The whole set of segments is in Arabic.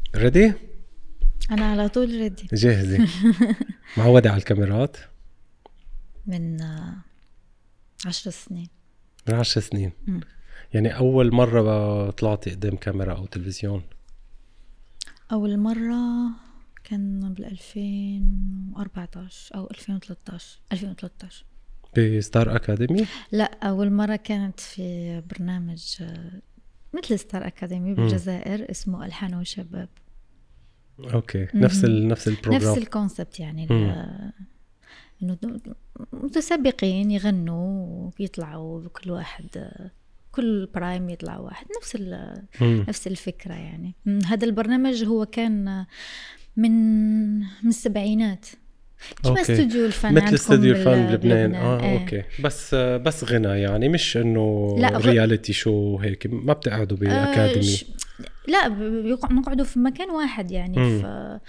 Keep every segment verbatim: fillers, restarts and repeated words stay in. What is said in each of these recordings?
ريدي؟ أنا على طول ريدي. جاهزة. معودة على الكاميرات من عشر سنين. من عشر سنين. م. يعني أول مرة طلعتي قدام كاميرا أو تلفزيون؟ أول مرة كان بالألفين وأربعتاشر أو ألفين وثلاثة عشر. بستار أكاديمي؟ لا، أول مرة كانت في برنامج مثل ستار أكاديمي بالجزائر اسمه ألحان وشباب. أوكي. نفس ال نفس البروجرام، نفس الكونسبت يعني. إنه متسابقين يغنوا ويطلعوا كل واحد، كل برايم يطلع واحد، نفس نفس الفكرة يعني. هذا البرنامج هو كان من من السبعينات، كما استوديو الفن، مثل استوديو الفن بلبنان. اه ايه. اوكي. بس بس غنى يعني، مش انه رياليتي شو هيك، ما بتقعدوا باكاديمي؟ آه ش... لا، نقعدوا في مكان واحد يعني. م. ف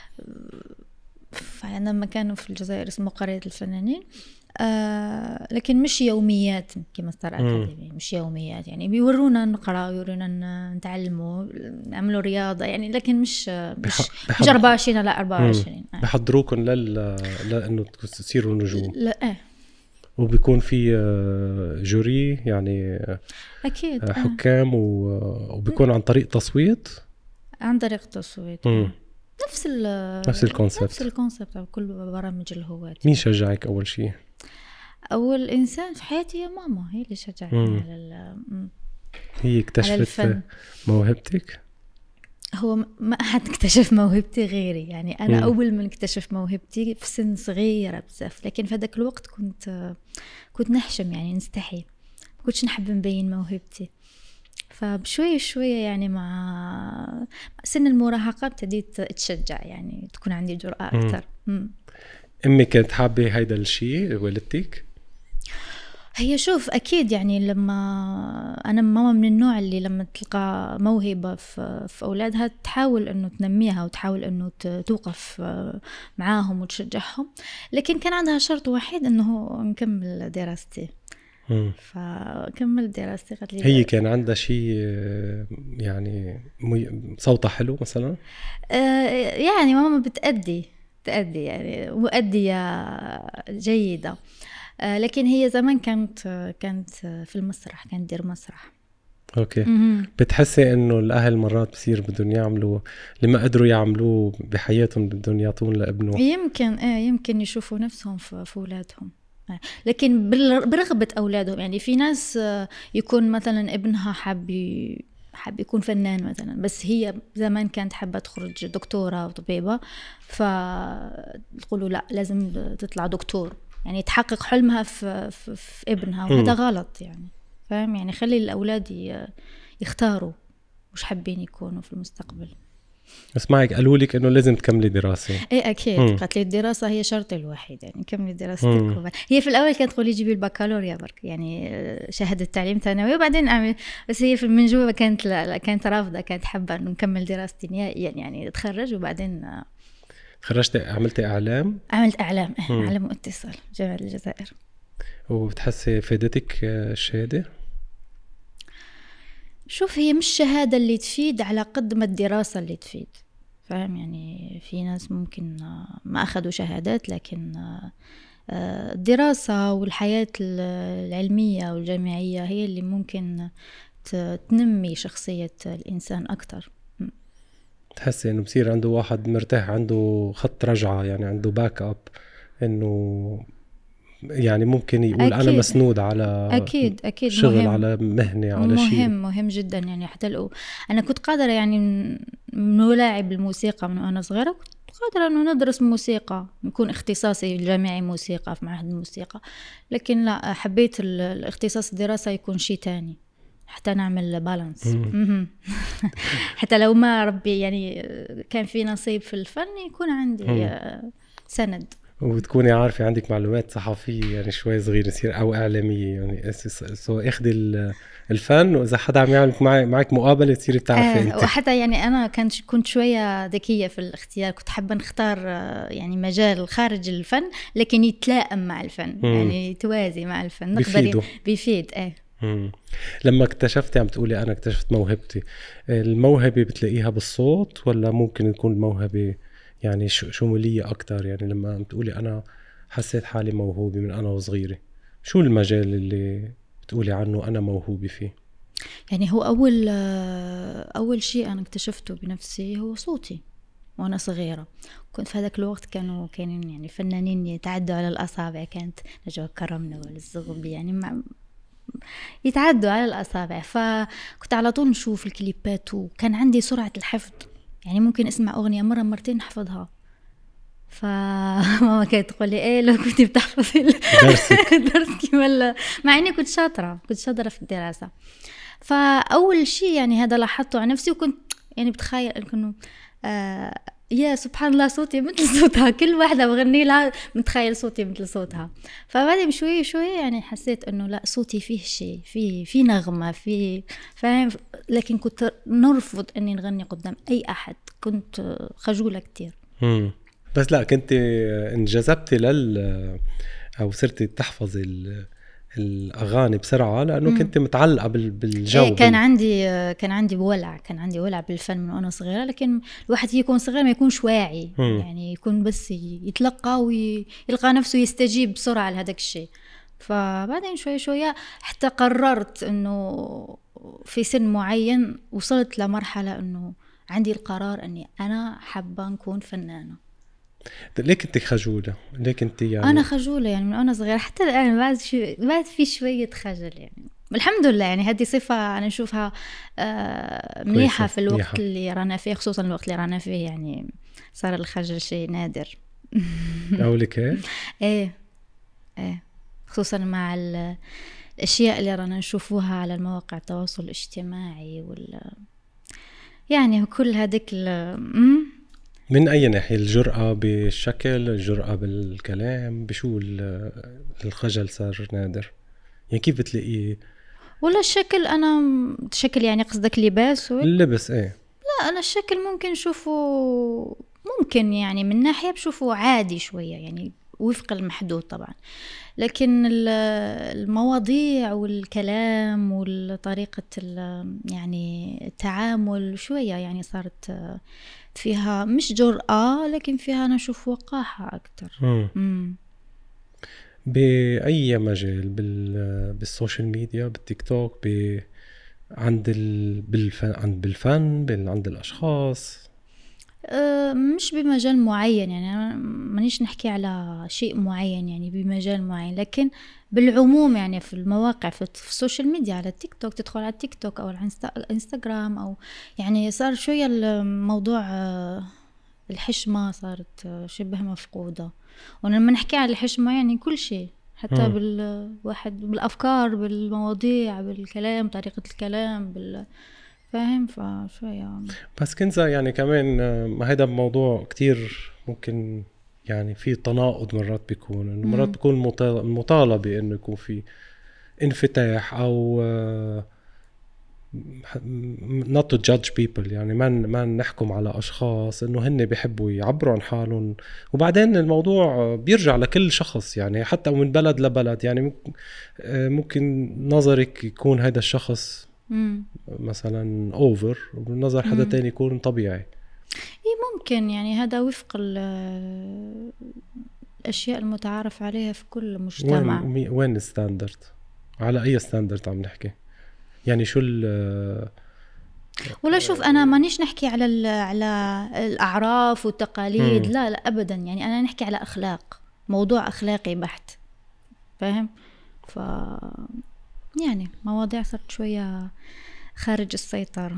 فعندنا مكان في الجزائر اسمه قرية الفنانين. آه لكن مش يوميات كما ستار أكاديمي، مش يوميات يعني. بيورونا نقرأ، يورونا نتعلموا، نعملوا رياضة يعني، لكن مش مش, بح... مش أربعة وعشرين لا أربعة وعشرين. آه. بحضروكم لل لأنه تصيروا نجوم؟ لا ايه. وبيكون في جوري يعني، أكيد حكام، وبيكون عن طريق تصويت. عن طريق تصويت. م. نفس ال نفس الكونسبت نفس الكونسبت على كل برامج الهواة. مين شجعك أول شيء؟ أول إنسان في حياتي هي ماما، هي اللي شجعني مم. على ال هي اكتشفت موهبتك؟ هو ما أحد اكتشف موهبتي غيري يعني. أنا مم. أول من اكتشف موهبتي في سن صغيرة بزاف، لكن في هذاك الوقت كنت كنت نحشم يعني، نستحي، كنتش نحب نبين موهبتي. فبشوية شوية يعني مع سن المراهقة ابتديت اتشجع يعني، تكون عندي جرأة أكثر. مم. أمي كانت حابة هيدا الشيء والدتك؟ هي شوف أكيد يعني، لما أنا ماما من النوع اللي لما تلقى موهبة في, في أولادها تحاول أنه تنميها، وتحاول أنه توقف معاهم وتشجعهم. لكن كان عندها شرط واحد، أنه نكمل دراستي. مم. فكمل دراستي. قالت لي هي كان عندها شيء يعني صوتها حلو مثلا؟ آه يعني ماما بتأدي تأدي يعني، مؤدية جيدة. آه لكن هي زمان كانت كانت في المسرح، كانت دير مسرح. اوكي. م-م. بتحسي انه الاهل مرات بصير بدهم يعملوا اللي ما قدروا يعملوه بحياتهم، بدهم يعطون لابنه؟ يمكن ايه يمكن يشوفوا نفسهم في اولادهم، لكن برغبة أولادهم يعني. في ناس يكون مثلا ابنها حاب حاب يكون فنان مثلا، بس هي زمان كانت حابة تخرج دكتورة أو طبيبة، فتقولوا لا لازم تطلع دكتور يعني، تحقق حلمها في, في, في ابنها. وهذا غلط يعني، فاهم يعني. خلي الأولاد يختاروا مش حابين يكونوا في المستقبل. اسمعك قالوا لك انه لازم تكملي دراسه؟ ايه اكيد. قالت لي الدراسه هي شرطي الوحيد يعني، كملي دراستك. هي في الاول كانت تقولي جيبي البكالوريا برك يعني، شهاده تعليم ثانوي وبعدين اعمل. بس هي في من جوا كانت لا, لا كانت رافضه، كانت حابه انه نكمل دراستي نهائيا يعني، اتخرج وبعدين. خرجت عملتي اعلام؟ عملت اعلام، اعلام واتصال جامعه الجزائر. وبتحسي فادتك الشهاده؟ شوف، هي مش الشهادة اللي تفيد على قد ما الدراسة اللي تفيد، فاهم يعني. في ناس ممكن ما أخذوا شهادات، لكن الدراسة والحياة العلمية والجامعية هي اللي ممكن تنمي شخصية الإنسان أكتر. تحسي إنه بصير عنده واحد مرتاح، عنده خط رجعة يعني، عنده باك أب، إنه يعني ممكن يقول أكيد. أنا مسنود على أكيد أكيد شغل مهم. على مهنة على مهم شيء مهم مهم جدا يعني. حتى لو أنا كنت قادرة يعني من ولاعب الموسيقى من وأنا صغيرة، كنت قادرة إنه ندرس موسيقى، نكون اختصاصي الجامعي موسيقى في معهد الموسيقى، لكن لا، حبيت الاختصاص الدراسة يكون شيء تاني حتى نعمل بالانس. حتى لو ما ربي يعني كان في نصيب في الفن، يكون عندي مم. سند، وتكوني عارفة عندك معلومات صحفية يعني شوي صغيرة يصير أو إعلامية يعني. سو اخدي الفن، وإذا حدا عم يعمل معك مقابلة تصيري بتعرفي آه أنت. وحتى يعني أنا كنت كنت شوية ذكية في الاختيار، كنت حابة نختار يعني مجال خارج الفن لكن يتلائم مع الفن. مم. يعني توازي مع الفن، بيفيدوا. بيفيد. آه مم. لما اكتشفتي عم تقولي أنا اكتشفت موهبتي، الموهبة بتلاقيها بالصوت ولا ممكن تكون الموهبة يعني شمولية أكتر؟ يعني لما عم تقولي أنا حسيت حالي موهوبة من أنا وصغيرة، شو المجال اللي بتقولي عنه أنا موهوبة فيه؟ يعني هو أول أول شيء أنا اكتشفته بنفسي هو صوتي وأنا صغيرة. كنت في هذاك الوقت كانوا كانوا يعني فنانين يتعدوا على الأصابع، كانت نجوى كرمنا والزغبي يعني مع يتعدوا على الأصابع. فكنت على طول نشوف الكليبات وكان عندي سرعة الحفظ، يعني ممكن أسمع أغنية مرة مرتين أحفظها. فماما كانت تقول لي ايه لو كنت بتحفظي درسك درسك ولا، مع اني كنت شاطره كنت شاطره في الدراسه. فاول شيء يعني هذا لاحظته على نفسي، وكنت يعني بتخيل انه آه يا سبحان الله صوتي مثل صوتها، كل واحده بغني لها متخيل صوتي مثل صوتها. فبعدين شويه شويه يعني حسيت انه لا، صوتي فيه شيء، فيه في نغمه، في فاهم. لكن كنت نرفض اني نغني قدام اي احد، كنت خجوله كتير. مم. بس لا كنت انجذبتي لل او صرتي تحفظي الاغاني بسرعه لانه مم. كنت متعلقه بالجو. إيه كان بال... عندي كان عندي بولع كان عندي ولع بالفن من وانا صغيره. لكن الواحد يكون صغير ما يكونش واعي، مم. يعني يكون بس يتلقى ويلقى نفسه يستجيب بسرعه لهذاك الشيء. فبعدين شويه شويه حتى قررت انه في سن معين وصلت لمرحله انه عندي القرار اني انا حابه نكون فنانه. ليه كنت خجولة؟ ليه كنت يعني؟ أنا خجولة يعني من أنا صغيرة، حتى الآن بعد شو بعد في شوية خجل يعني. الحمد لله يعني هذه صفة أنا أشوفها آه منيحة في الوقت ميحة. اللي رانا فيه، خصوصا الوقت اللي رانا فيه يعني صار الخجل شيء نادر. أقولك إيه؟ إيه إيه خصوصا مع الأشياء اللي رانا نشوفوها على المواقع التواصل الاجتماعي وال يعني كل هذيك من أي ناحية؟ الجرأة بالشكل، الجرأة بالكلام، بشو الخجل صار نادر؟ يعني كيف بتلاقيه؟ ولا الشكل؟ أنا الشكل يعني قصدك لباس؟ اللبس إيه؟ لا أنا الشكل ممكن شوفه ممكن يعني من ناحية بشوفه عادي شوية يعني وفق المحدود طبعا. لكن المواضيع والكلام والطريقة يعني التعامل شوية يعني صارت فيها مش جرأة، لكن فيها أنا أشوف وقاحة أكتر. مم. بأي مجال؟ بالسوشيال ميديا، بالتيك توك، ب عند ال... بالفن عند بالفن بال... عند الأشخاص؟ أه مش بمجال معين يعني، أنا مانيش نحكي على شيء معين يعني بمجال معين، لكن بالعموم يعني في المواقع في, في السوشيال ميديا، على التيك توك، تدخل على التيك توك أو الانستغرام أو يعني صار شوية الموضوع الحشمة صارت شبه مفقودة. ولما نحكي على الحشمة يعني كل شيء، حتى م. بالواحد بالأفكار، بالمواضيع، بالكلام، طريقة الكلام، بال فاهم. فشوية بس كنزة يعني كمان ما هيدا موضوع كتير ممكن يعني في تناقض مرات بيكون انه مرات بيكون مطالبة انه يكون في انفتاح او not to judge people، يعني ما ما نحكم على اشخاص انه هن بيحبوا يعبروا عن حالهم، وبعدين الموضوع بيرجع لكل شخص يعني حتى من بلد لبلد. يعني ممكن نظرك يكون هذا الشخص مم. مثلا اوفر، وبالنظر حدا تاني يكون طبيعي. ايه ممكن يعني هذا وفق الاشياء المتعارف عليها في كل مجتمع. وين وين الستاندرد؟ على اي ستاندرد عم نحكي؟ يعني شو ال ولا شوف انا مانيش نحكي على على الاعراف والتقاليد، لا لا ابدا، يعني انا نحكي على اخلاق، موضوع اخلاقي بحت، فاهم. ف يعني مواضيع صارت شويه خارج السيطره.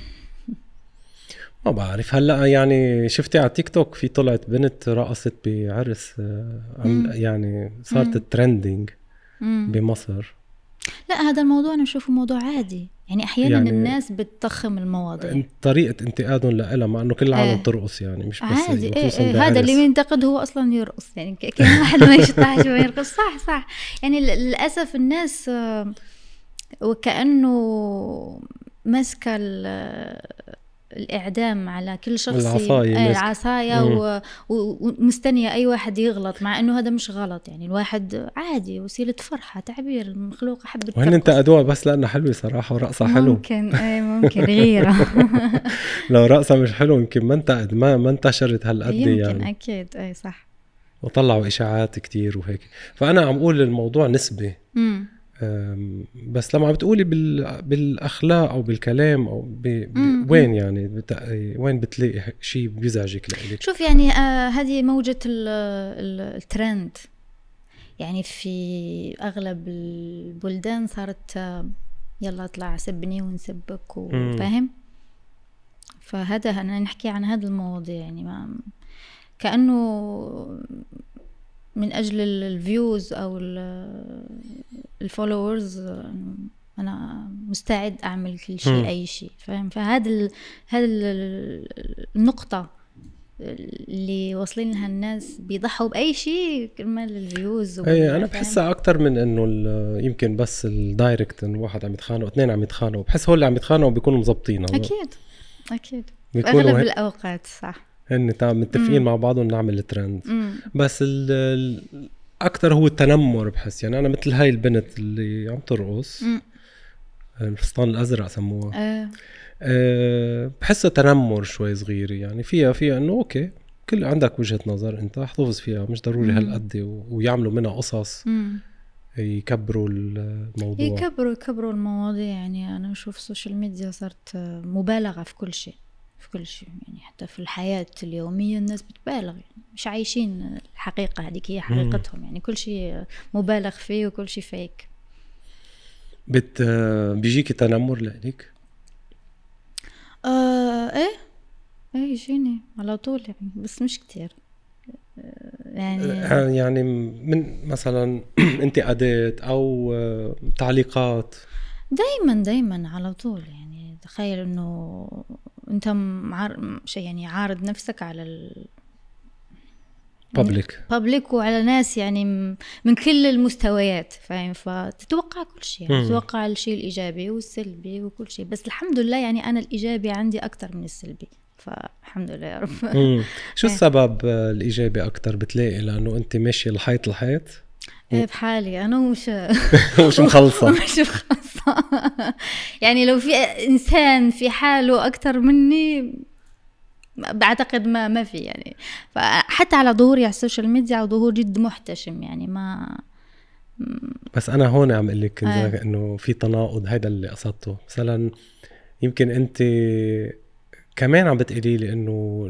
ما بعرف. هلا يعني شفتي على تيك توك في طلعت بنت رقصت بعرس مم. يعني صارت ترندينج بمصر. لا هذا الموضوع أنا أشوفه موضوع عادي يعني. أحيانا يعني الناس بتضخم المواضيع، طريقة انتقادهم لها مع أنه كل العالم آه. ترقص يعني مش بس عادي. إيه إيه هذا اللي ينتقد هو أصلا يرقص يعني، كل واحد ما يشطحش ويرقص. صح صح يعني للأسف الناس وكأنه مسكة الإعدام على كل شخص، العصاية العصاية و... ومستنية أي واحد يغلط، مع أنه هذا مش غلط يعني. الواحد عادي، وسيلة فرحة، تعبير، المخلوق حب وهن انت أدوها بس لأنها حلوة صراحة ورقصة حلو. ممكن أي ممكن غيرة. لو رقصة مش حلو يمكن ما انت ما ما انتشرت هالقد يمكن يعني. أكيد أي صح. وطلعوا إشاعات كتير وهيك. فأنا عم أقول الموضوع نسبي. مم. بس لما عم بتقولي بال... بالأخلاق أو بالكلام أو ب... ب... وين يعني بت... وين بتلاقي شيء بيزعجك لإلك؟ شوف يعني آه هذه موجة ال... ال... الترند يعني في أغلب البلدان صارت آه يلا اطلع سبني ونسبك وفاهم. فهذا أنا نحكي عن هذا الموضوع يعني ما كأنه من أجل الفيوز أو الفولورز أنا مستعد أعمل كل شيء م. أي شيء فاهم. فهذا ال... هذا النقطة اللي واصلين لها الناس بيضحوا بأي شيء كرمال الفيوز. أي أنا بحسها أكتر من إنه يمكن بس الدايركت إنه واحد عم يتخانق اثنين عم يتخانقوا، بحس هو اللي عم يتخانقوا بيكونوا مزبطين. أكيد أكيد أغلب الأوقات صح هن تمام متفقين مع بعضهم نعمل الترند. مم. بس ال أكتر هو التنمر بحس يعني. أنا مثل هاي البنت اللي عم ترقص الفستان الأزرق سموها أه. أه بحسها تنمر شوي صغير يعني. فيها فيها إنه أوكي كل عندك وجهة نظر أنت احتفظ فيها، مش ضروري هالقد ويعملوا منها قصص مم. يكبروا الموضوع يكبروا يكبروا المواضيع يعني. أنا أشوف السوشيال ميديا صارت مبالغة في كل شيء في كل شيء يعني. حتى في الحياة اليومية الناس بتبالغ يعني. مش عايشين الحقيقة، هذيك هي حقيقتهم يعني. كل شيء مبالغ فيه وكل شيء فيك. بت بيجيكي تنمر لإلك؟ آه ايه ايه يجيني على طول يعني، بس مش كتير يعني. يعني من مثلا انتقادات او تعليقات دايما دايما على طول يعني. تخيل انه انت معار... شيء يعني عارض نفسك على ال بابليك بابليك وعلى ناس يعني من كل المستويات فاهم. فتتوقع كل شيء يعني. تتوقع الشيء الإيجابي والسلبي وكل شيء. بس الحمد لله يعني أنا الإيجابي عندي أكتر من السلبي، فالحمد لله يا رب. شو السبب الإيجابي أكتر بتلاقي؟ لأنه أنت ماشي الحيط الحيط بحالي أنا ومش مش مخلصة مش مخلصة يعني. لو في إنسان في حاله أكتر مني بعتقد ما ما في يعني. فحتى على ظهوري على السوشيال ميديا وظهور جد محتشم يعني. ما بس أنا هون عم أقول لك آه. إنه في تناقض. هيدا اللي قصدته. مثلا يمكن أنت كمان عم بتقولي لي إنه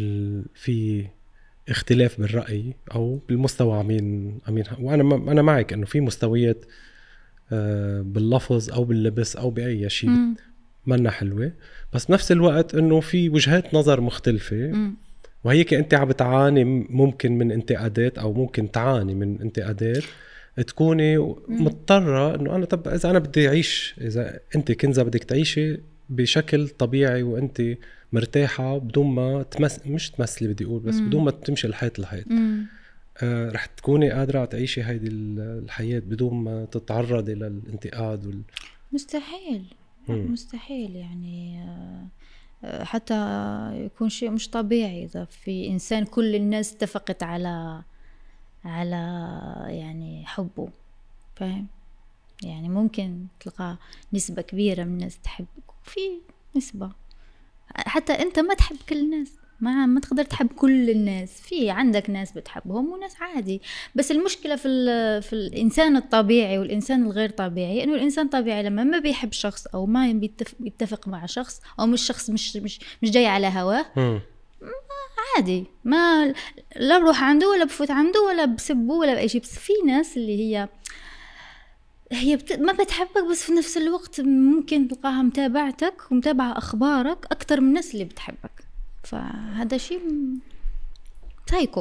في اختلاف بالرأي أو بالمستوى عمين عمين وأنا ما أنا معك إنه في مستويات باللفظ أو باللبس أو بأي شيء منا حلوة، بس بنفس الوقت إنه في وجهات نظر مختلفة. م. وهيك أنت عم بتعاني ممكن من انتقادات أو ممكن تعاني من انتقادات تكوني م. مضطرة إنه أنا طب إذا أنا بدي أعيش، إذا أنت كنزة بدك تعيشي بشكل طبيعي وأنت مرتاحة بدون ما تمس مش تمثلي بدي أقول بس م. بدون ما تمشي الحيط الحيط آه رح تكوني قادرة تعيشي هيدي الحياة بدون ما تتعرضي للانتقاد وال... مستحيل مم. مستحيل يعني. حتى يكون شيء مش طبيعي إذا في إنسان كل الناس اتفقت على على يعني حبه فاهم يعني. ممكن تلقى نسبة كبيرة من الناس تحبك وفي نسبة حتى أنت ما تحب كل الناس، ما ما تقدر تحب كل الناس. في عندك ناس بتحبهم وناس عادي. بس المشكلة في في الإنسان الطبيعي والإنسان الغير طبيعي إنه الإنسان الطبيعي لما ما بيحب شخص أو ما بيتفق, بيتفق مع شخص أو مش شخص مش مش مش جاي على هواه عادي ما لا بروح عنده ولا بفوت عنده ولا بسبه ولا بأي شيء. بس في ناس اللي هي هي بت... ما بتحبك بس في نفس الوقت ممكن تلقاها متابعتك ومتابعة أخبارك أكتر من الناس اللي بتحبك. فهذا شيء سايكو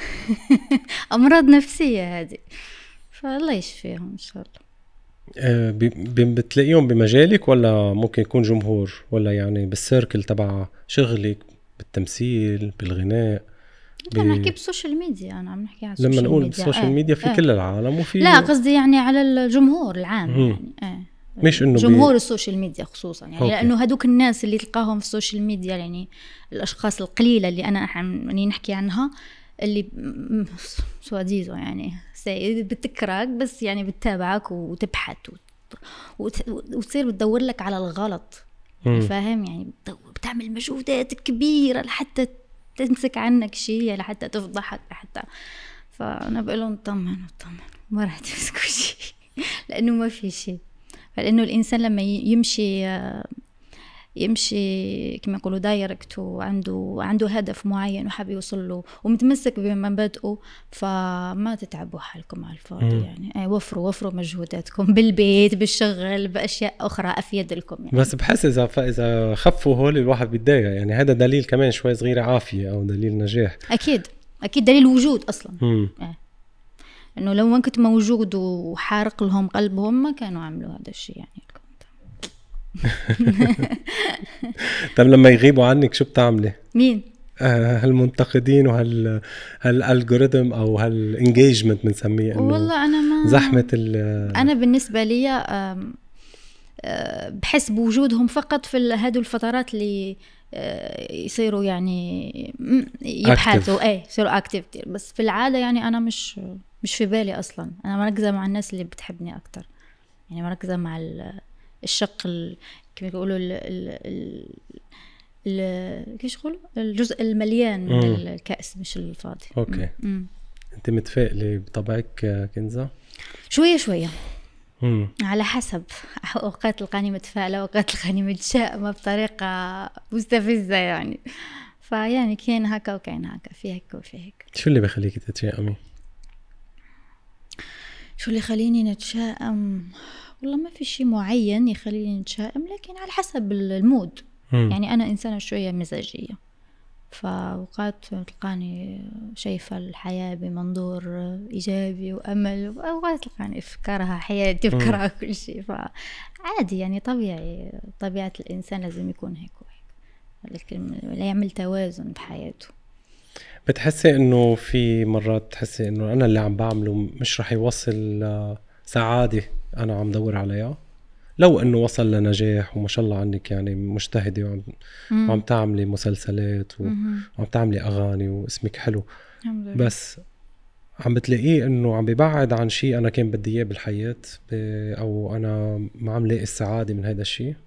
أمراض نفسية هذه. فالله يشفيهم إن شاء الله. أه بتلاقيهم بمجالك ولا ممكن يكون جمهور ولا يعني بالسيركل تبع شغلك بالتمثيل بالغناء؟ ب... أنا نحكي بالسوشيال ميديا. أنا عم نحكي على السوشيال ميديا. لما نقول ميديا بالسوشيال آه. ميديا في آه. كل العالم وفي لا قصدي يعني على الجمهور العام مم. يعني آه. مش إنه جمهور بي... السوشيال ميديا خصوصا يعني. أوكي. لأنه هدوك الناس اللي تلقاهم في السوشيال ميديا يعني الأشخاص القليلة اللي أنا يعني نحكي عنها اللي سواديزو يعني بتكرهك بس يعني بتتابعك وتبحث وت... وتصير بتدور لك على الغلط. فاهم يعني بتعمل مجهودات كبيرة لحتى تمسك عنك شيء لحتى تفضحك لحتى. فأنا بقولهم طمن طمن ما راح تمسكوا شيء لأنه ما في شيء. فلأنه الإنسان لما يمشي يمشي كما يقولوا دايركت وعنده عنده هدف معين وحاب يوصل له ومتمسك بمبادئه فما تتعبوا حالكم على الفاضي يعني. أي وفروا وفروا مجهوداتكم بالبيت بالشغل بأشياء أخرى أفيد لكم يعني. بس بحس إذا إذا خفوا هول الواحد بيتضايق يعني. هذا دليل كمان شوي صغيرة عافية أو دليل نجاح. أكيد أكيد دليل وجود أصلا. إيه. إنه لو ما كنت موجود وحارق لهم قلبهم ما كانوا عملوا هذا الشيء يعني. طب لما يغيبوا عنك شو بتعملي؟ مين؟ آه هالمنتقدين وهال هالالجوريثم او هالانجيجمنت بنسميه انه والله انا ما زحمه ال انا بالنسبه لي بحس بوجودهم فقط في هذه الفترات اللي يصيروا يعني يبحثوا ايه يصيروا اكتيف. بس في العاده يعني انا مش مش في بالي اصلا. انا مركزه مع الناس اللي بتحبني اكتر يعني. مركزه مع الشق كما يقولوا ال ال ال كيف يقولوا الجزء المليان من مم. الكأس مش الفاضي. اوكي. مم. انت متفائله بطبعك كنزة؟ شويه شويه. مم. على حسب. اوقات تلقاني متفائله اوقات تلقاني متشائمه بطريقه مستفزه يعني. فيعني كاين هكا وكاين هكا في هيك وفي هيك. شو اللي بيخليكي تتشائمي؟ شو اللي يخليني نتشائم؟ والله ما في شيء معين يخليني نتشائم لكن على حسب المود. مم. يعني أنا إنسانة شوية مزاجية فأوقات تلقاني شايفة الحياة بمنظور إيجابي وأمل وأوقات تلقاني أفكارها حياتي أفكارها كل شيء. فعادي يعني طبيعي طبيعة الإنسان لازم يكون هيك وهيك لكن لا يعمل توازن بحياته. بتحسي إنه في مرات تحسي إنه أنا اللي عم بعمله مش رح يوصل سعادة أنا عم دور عليها لو إنه وصل لنجاح وما شاء الله عنك يعني مجتهدة وعم, وعم تعملي مسلسلات وعم تعملي أغاني واسمك حلو بس عم بتلاقيه إنه عم بيبعد عن شيء أنا كان بدي إياه بالحياة أو أنا ما عم لاقي السعادة من هذا الشيء.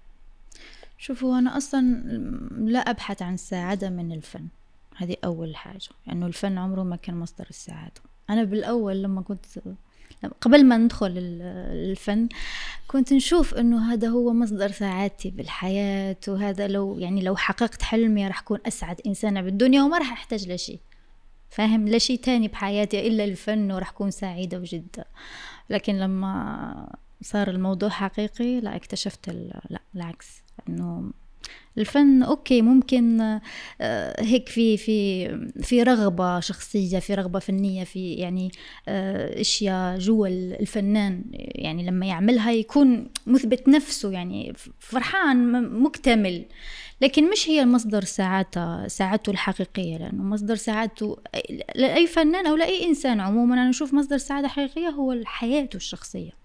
شوفوا أنا أصلا لا أبحث عن السعادة من الفن. هذه أول حاجة لأنه يعني الفن عمره ما كان مصدر السعادة. أنا بالأول لما كنت قبل ما ندخل الفن كنت نشوف انه هذا هو مصدر سعادتي بالحياة وهذا لو يعني لو حققت حلمي راح اكون اسعد انسانة بالدنيا وما راح احتاج لشيء. فاهم لا شيء تاني بحياتي الا الفن وراح اكون سعيدة وجدا. لكن لما صار الموضوع حقيقي لا اكتشفت لا العكس انه الفن اوكي ممكن هيك في في في رغبه شخصيه في رغبه فنيه في يعني اشياء جوا الفنان يعني لما يعملها يكون مثبت نفسه يعني فرحان مكتمل. لكن مش هي مصدر سعادته سعادته الحقيقيه لانه مصدر سعادته لاي فنان او لاي انسان عموما انا اشوف مصدر سعاده حقيقيه هو حياته الشخصيه.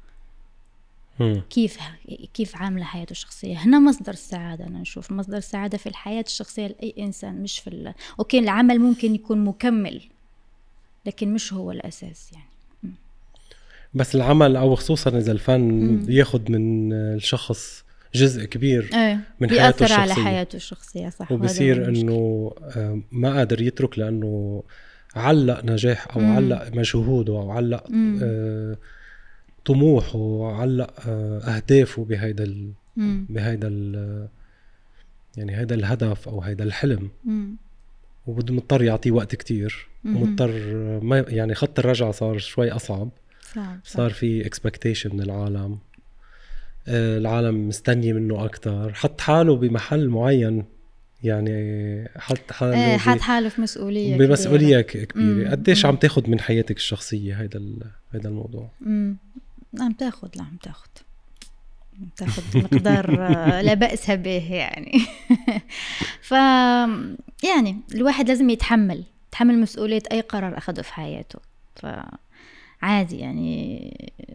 كيف كيف عامله حياته الشخصيه هنا مصدر السعاده. انا نشوف مصدر السعاده في الحياه الشخصيه لاي انسان مش في ال... اوكي العمل ممكن يكون مكمل لكن مش هو الاساس يعني. م. بس العمل او خصوصا اذا الفن بياخد من الشخص جزء كبير ايه من حياته الشخصيه على حياته الشخصيه صح. وبصير انه ما قادر يترك لانه علق نجاح او م. علق مجهوده او علق آه طموحه وعلق أهدافه بهيدا ال بهيدا ال يعني هيدا الهدف أو هيدا الحلم وبده مضطر يعطيه وقت كتير ومضطر ما يعني خط الرجعة صار شوي أصعب. صعب صار في expectation من العالم آه العالم مستني منه أكتر. حط حاله بمحل معين يعني حط حاله ايه حط حاله في مسؤولية بمسؤولية كبيرة, كبيرة. قديش عم تاخد من حياتك الشخصية هيدا هيدا الموضوع؟ مم. عم تاخد لا عم تاخد تاخد مقدار لا بأس به يعني. ف يعني الواحد لازم يتحمل يتحمل مسؤولية أي قرار أخذه في حياته. فعادي يعني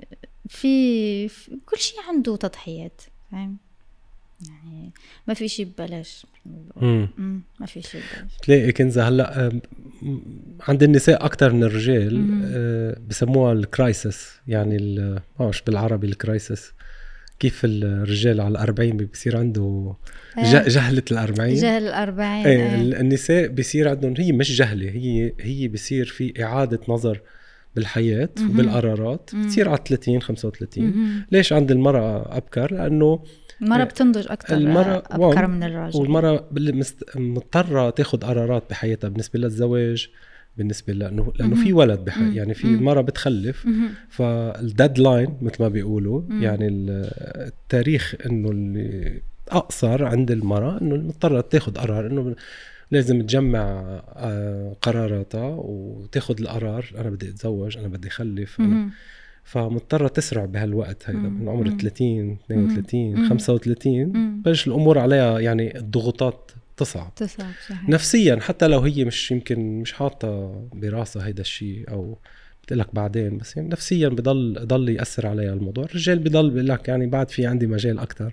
في, في كل شيء عنده تضحيات، فاهم يعني ما في شيء ببلاش. امم ما في شيء ببلاش. تلاقي كنزة هلا عند النساء اكثر من الرجال أه بسموها الكرايسس، يعني مش بالعربي الكرايسس، كيف الرجال على الأربعين بيصير عنده جهلة الأربعين. جهل الأربعين. ايه النساء بيصير عندهم هي مش جهلة، هي هي بيصير في إعادة نظر بالحياة وبالقرارات، بتصير على ثلاثين خمسة وثلاثين. ليش عند المرأة أبكر؟ لأنه المرأة بتنضج أكتر أبكر من الراجل، والمرأة مضطرة تاخد قرارات بحياتها بالنسبة للزواج، بالنسبة لأنه لأنه في ولد بحي يعني في مرة بتخلف، فالديدلاين مثل ما بيقولوا يعني التاريخ إنه اللي أقصر عند المرأة إنه مضطرة تاخد قرار إنه لازم تجمع قراراتها وتاخد القرار أنا بدي أتزوج أنا بدي أخلف أنا، فمضطرة تسرع بهالوقت هيدا من عمر ثلاثين اثنين وثلاثين خمسة وثلاثين بلش الأمور عليها يعني الضغوطات تصعب تصعب صحيح. نفسيا حتى لو هي مش يمكن مش حاطة براسها هيدا الشيء أو بتقلك بعدين، بس يعني نفسيا بضل ضل يأثر عليها الموضوع. الرجال بضل بيقلك يعني بعد في عندي مجال أكتر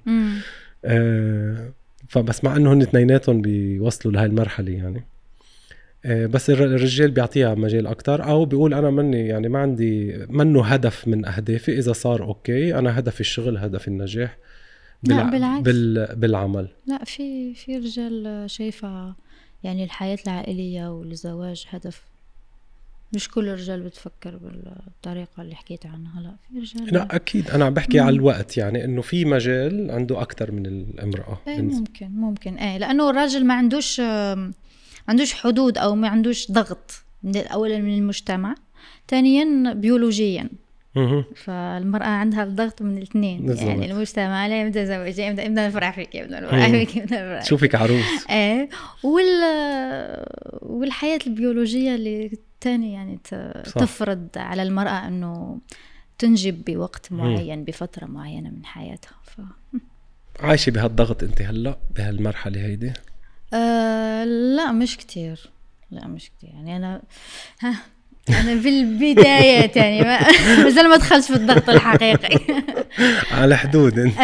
آه فبس مع أنه هن اثنيناتهم بيوصلوا لهاي المرحلة يعني آه بس الرجال بيعطيها مجال أكتر أو بيقول أنا مني يعني ما عندي منه هدف من أهدافي، إذا صار أوكي أنا هدف الشغل هدف النجاح بالع... لا بالعكس بال... بالعمل. لا في في رجال شايفة يعني الحياة العائلية والزواج هدف، مش كل الرجال بتفكر بالطريقة اللي حكيت عنها. لا في رجال لا أكيد أنا بحكي على الوقت يعني إنه في مجال عنده أكتر من الامرأة. ايه ممكن ممكن ايه لأنه الراجل ما عندوش ما عندوش حدود أو ما عندوش ضغط من أولا من المجتمع، ثانيا بيولوجيا فالمرأة عندها الضغط من الاثنين يعني المجتمع لا يبدأ زوجي يبدأ يبدأ نفرح فيك يبدأ نفرح فيك يبدأ شوفك عروس ايه وال والحياة البيولوجية اللي تاني يعني تفرض على المرأة انه تنجب بوقت معين بفترة معينة من حياتها. ف... عايشة بهالضغط انت هلأ بهالمرحلة هيدي؟ أه لا مش كتير، لا مش كتير يعني انا ها أنا في البداية يعني ما بس أنا ما دخلت في الضغط الحقيقي على حدود انت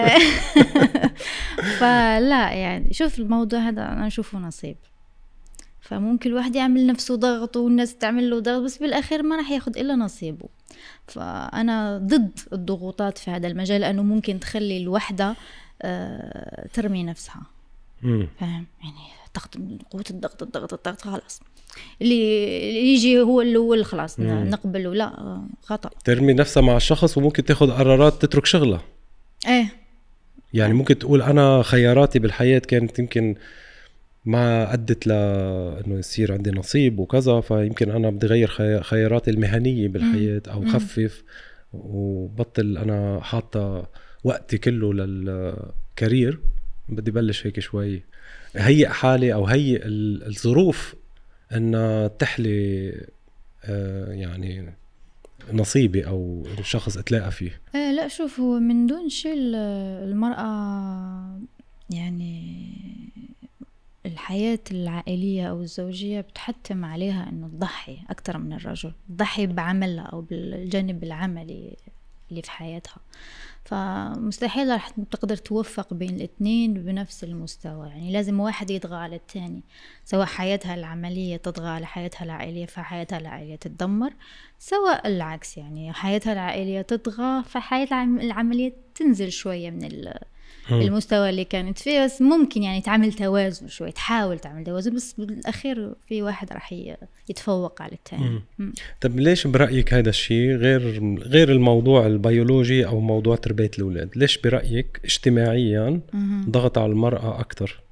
فلا يعني شوف الموضوع هذا أنا أشوفه نصيب، فممكن الواحد يعمل نفسه ضغط والناس تعمل له ضغط بس بالأخير ما راح ياخد إلا نصيبه. فأنا ضد الضغوطات في هذا المجال لأنه ممكن تخلي الوحدة ترمي نفسها فاهم يعني ضغط قوة الضغط الضغط الضغط خلاص اللي يجي هو الأول خلاص نقبله، لا خطأ ترمي نفسها مع الشخص وممكن تاخد قرارات تترك شغلها. ايه يعني ممكن تقول أنا خياراتي بالحياة كانت يمكن ما أدت لأنه يصير عندي نصيب وكذا، فيمكن أنا بدي غير خياراتي المهنية بالحياة أو خفف وبطل أنا حاطة وقتي كله للكارير، بدي بلش هيك شوي هيئ حالي أو هيئ الظروف أن تحلي آه يعني نصيبي أو الشخص أتلاقى فيه. آه لا شوف هو من دون شيء المرأة يعني الحياة العائلية أو الزوجية بتحتم عليها أنه تضحي أكتر من الرجل، تضحي بعملها أو بالجانب العملي اللي في حياتها، فمستحيل رح تقدر توفق بين الاثنين بنفس المستوى. يعني لازم واحد يطغى على الثاني، سواء حياتها العملية تطغى على حياتها العائلية فحياتها العائلية تتدمر، سواء العكس يعني حياتها العائلية تطغى فحياتها العملية تنزل شوية من المستوى اللي كانت فيه. بس ممكن يعني تعمل توازن شوي، تحاول تعمل توازن، بس بالأخير في واحد راح يتفوق على الثاني. طب ليش برأيك هذا الشيء غير غير الموضوع البيولوجي أو موضوع تربية الأولاد، ليش برأيك اجتماعيا ضغط على المرأة أكتر؟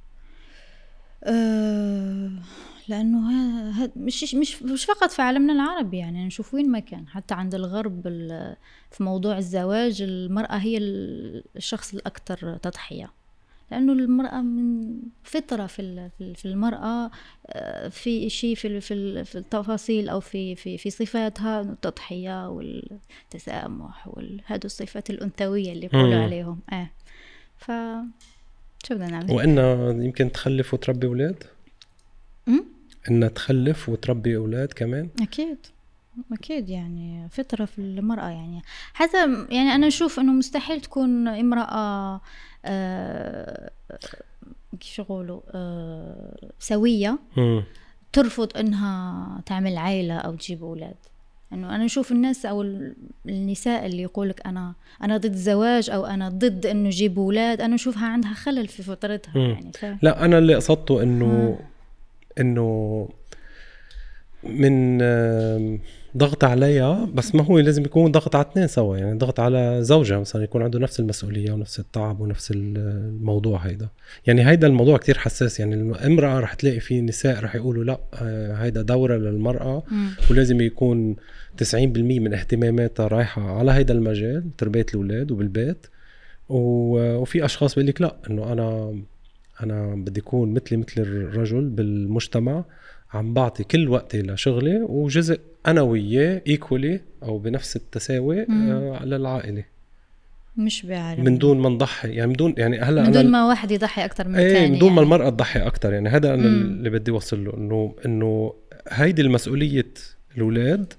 أه لأنه هذا مش مش مش فقط في عالمنا العربي، يعني نشوف وين ما كان حتى عند الغرب في موضوع الزواج المرأة هي الشخص الأكثر تضحية، لأنه المرأة من فطرة في في المرأة في شيء في في التفاصيل أو في في في صفاتها التضحية والتسامح وهذه الصفات الأنثوية اللي بيقولوا عليهم. اه ف شو بدنا نعمل؟ وإنها يمكن تخلف وتربي أولاد؟ إنها تخلف وتربي أولاد كمان؟ أكيد أكيد يعني فطرة في المرأة يعني حتى يعني أنا أشوف أنه مستحيل تكون امرأة آه كيف يقولوا آه سوية م. ترفض أنها تعمل عائلة أو تجيب أولاد. أنه أنا أشوف الناس أو النساء اللي يقولك أنا أنا ضد الزواج أو أنا ضد أنه يجيب أولاد، أنا أشوفها عندها خلل في فطرتها. م. يعني ف... لا أنا اللي قصدته أنه أنه من ضغط عليها، بس ما هو لازم يكون ضغط على اثنين سوا، يعني ضغط على زوجها مثلا يكون عنده نفس المسؤولية ونفس التعب ونفس الموضوع هيدا. يعني هيدا الموضوع كتير حساس، يعني الامرأة رح تلاقي فيه نساء رح يقولوا لا هيدا دورة للمرأة م. ولازم يكون تسعين بالمية من اهتماماتها رايحة على هيدا المجال تربية الأولاد وبالبيت، وفي أشخاص بيقولك لا إنه أنا أنا بدي أكون مثلي مثل الرجل بالمجتمع، عم بعطي كل وقتي لشغلي وجزء أنا وياه إيكولي أو بنفس التساوي آه للعائلة، مش بعالم من دون ما نضحي، يعني من دون يعني هلا من دون ما واحد يضحي أكتر من الثاني، ايه من دون يعني. ما المرأة تضحي أكتر. يعني هذا أنا مم. اللي بدي وصل له، إنه إنه هيدي المسؤولية الأولاد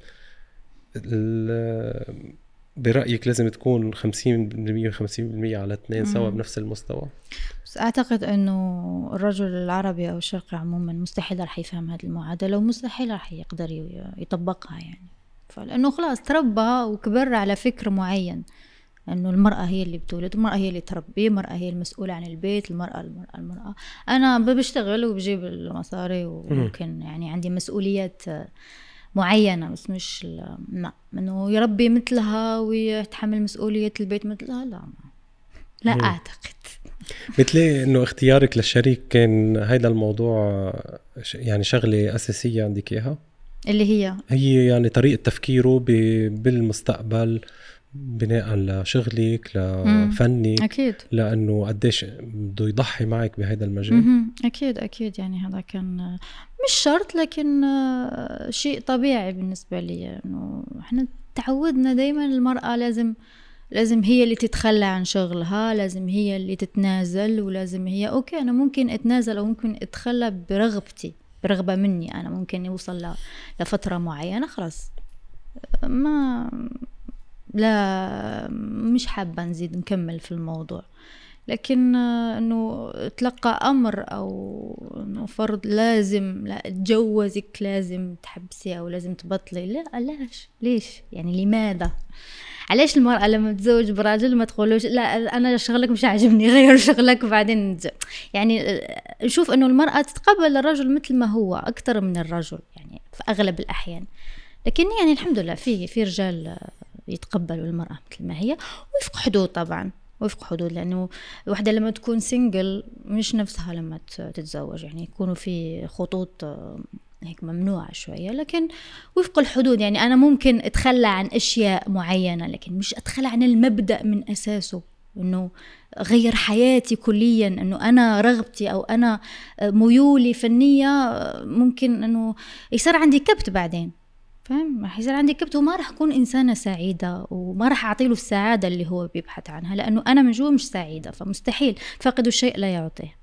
برأيك لازم تكون خمسين بالمية وخمسين بالمية على اثنين سوا بنفس المستوى. بس أعتقد أنه الرجل العربي أو الشرقي عموما مستحيل رح يفهم هذه المعادلة ومستحيل رح يقدر يطبقها، يعني فلأنه خلاص تربى وكبر على فكر معين أنه المرأة هي اللي بتولد، المرأة هي اللي تربي، المرأة هي المسؤولة عن البيت، المرأة المرأة المرأة أنا بشتغل وبجيب المصاري وممكن يعني عندي مسؤوليات معينة، بس مش لا انه يربي مثلها ويتحمل مسؤولية البيت مثلها، لا لا مم. اعتقد. بتلاقي انه اختيارك للشريك كان هيدا الموضوع يعني شغلة اساسية عندك اياها، اللي هي هي يعني طريقة تفكيره بالمستقبل بناء لشغلك لفنك، أكيد. لأنه قديش بده يضحي معك بهذا المجال. أكيد أكيد يعني هذا كان مش شرط، لكن شيء طبيعي بالنسبة لي، إنه إحنا تعودنا دايما المرأة لازم لازم هي اللي تتخلى عن شغلها، لازم هي اللي تتنازل، ولازم هي أوكي أنا ممكن أتنازل أو ممكن أتخلى برغبتي برغبة مني، أنا ممكن يوصل لفترة معينة خلاص ما لا مش حابة نزيد نكمل في الموضوع، لكن انه تلقى امر او انه فرض لازم لا اتجوزك لازم تحبسي او لازم تبطلي، لا ليش ليش يعني لماذا؟ علاش المرأة لما تزوج براجل ما تقولوش لا انا شغلك مش عاجبني غير شغلك وبعدين نتزوج؟ يعني نشوف انه المرأة تتقبل الرجل مثل ما هو اكثر من الرجل يعني في اغلب الاحيان، لكن يعني الحمد لله في في رجال يتقبلوا المرأة مثل ما هي ويفق حدود، طبعا ويفق حدود، لأنه الوحدة لما تكون سينجل مش نفسها لما تتزوج، يعني يكونوا في خطوط هيك ممنوعة شوية، لكن وفق الحدود. يعني أنا ممكن أتخلى عن أشياء معينة لكن مش أتخلى عن المبدأ من أساسه، إنه غير حياتي كليا، إنه أنا رغبتي أو أنا ميولي فنية ممكن إنه يصير عندي كبت بعدين، فاهم؟ راح يصير عندي كبت وما راح أكون إنسانة سعيدة وما راح أعطيله السعادة اللي هو بيبحث عنها، لأنه أنا من جوا مش سعيدة، فمستحيل فاقد الشيء لا يعطيه.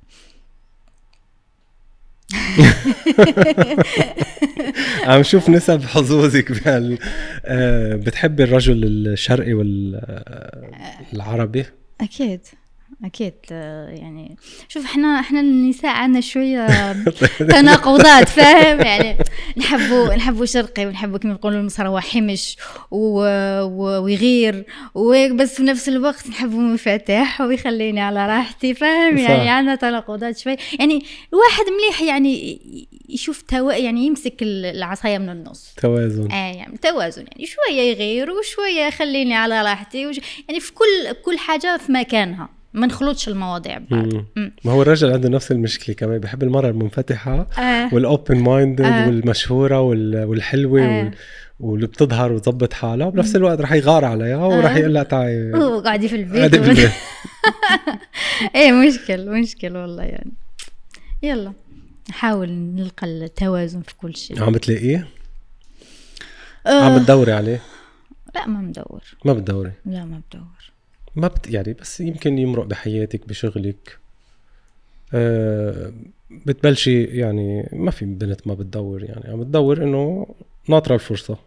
عم شوف نسب حظوظك بهال بتحبي الرجل الشرقي والعربي؟ أكيد أكيد يعني شوف إحنا إحنا النساء عنا شوية تناقضات، فاهم؟ يعني نحبوا نحبوا شرقي ونحبوا كما يقولوا المصروى حمش ويغير، وبس في نفس الوقت نحبوا منفتح ويخليني على راحتي، فاهم؟ يعني عنا تناقضات شوي، يعني الواحد مليح يعني يشوف تو يعني يمسك العصاية من النص، توازن. آه يعني توازن، يعني شوية يغير وشوية يخليني على راحتي وش... يعني في كل كل حاجة في مكانها، ما نخلطش المواضيع بعد. ما هو الرجل عنده نفس المشكلة كمان، بيحب المرأة المنفتحة آه. والأوبن مايندد آه. والمشهورة والحلوة آه. وال... واللي بتظهر وتضبط حالها، وبنفس الوقت رح يغار عليها ورح يقول لها تعي قاعدي في البيت و... ايه مشكل مشكل والله، يعني يلا نحاول نلقى التوازن في كل شيء. عم بتلاقيه؟ آه. عم بتدوري عليه؟ لا ما بدور. ما بتدوري؟ لا ما بدور. ما بت يعني بس يمكن يمرق بحياتك بشغلك أه بتبلشي، يعني ما في بنت ما بتدور، يعني عم بتدور انه ناطرة الفرصة.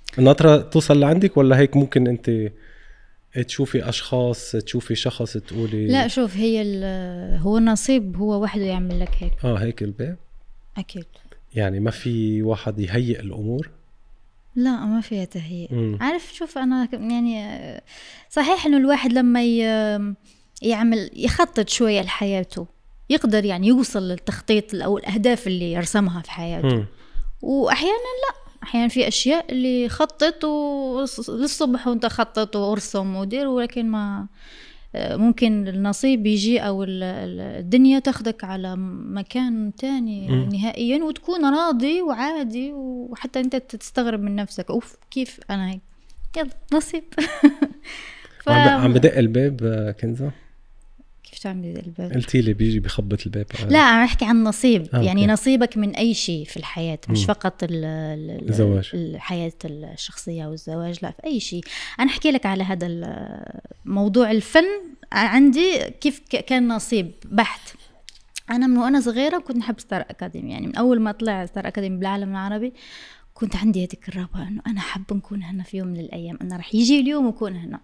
الناطرة توصل لعندك ولا هيك ممكن انت تشوفي اشخاص تشوفي شخص تقولي؟ لا شوف، هي هو النصيب هو وحده يعمل لك هيك. اه هيك الباب اكيد. يعني ما في واحد يهيئ الامور؟ لا ما فيها تهيئ. مم. عارف شوف انا يعني صحيح انه الواحد لما يعمل يخطط شويه لحياته يقدر يعني يوصل للتخطيط او الاهداف اللي يرسمها في حياته. مم. واحيانا لا، احيانا في اشياء اللي خطط للصبح وانت خطط وارسم ودير، ولكن ما ممكن النصيب يجي او الدنيا تاخدك على مكان تاني م. نهائيا، وتكون راضي وعادي، وحتى انت تستغرب من نفسك اوف كيف انا هيك. يلا نصيب. ف... عم بدق الباب كنزة. كيف تعمل الباب؟ قلتي لي بيجي بخبط الباب. لا عم احكي عن نصيب. آه يعني أوكي. نصيبك من اي شيء في الحياه، مش م. فقط ال ال الزواج، الحياه الشخصيه والزواج، لا في اي شيء. انا احكي لك على هذا الموضوع. الفن عندي كيف كان نصيب بحت. انا من وانا صغيره كنت نحب ستار اكاديمي، يعني من اول ما طلع ستار اكاديمي بالعالم العربي كنت عندي هذيك الرغبه انه انا حب نكون هنا في يوم من الايام، انا راح يجي اليوم وكون هنا.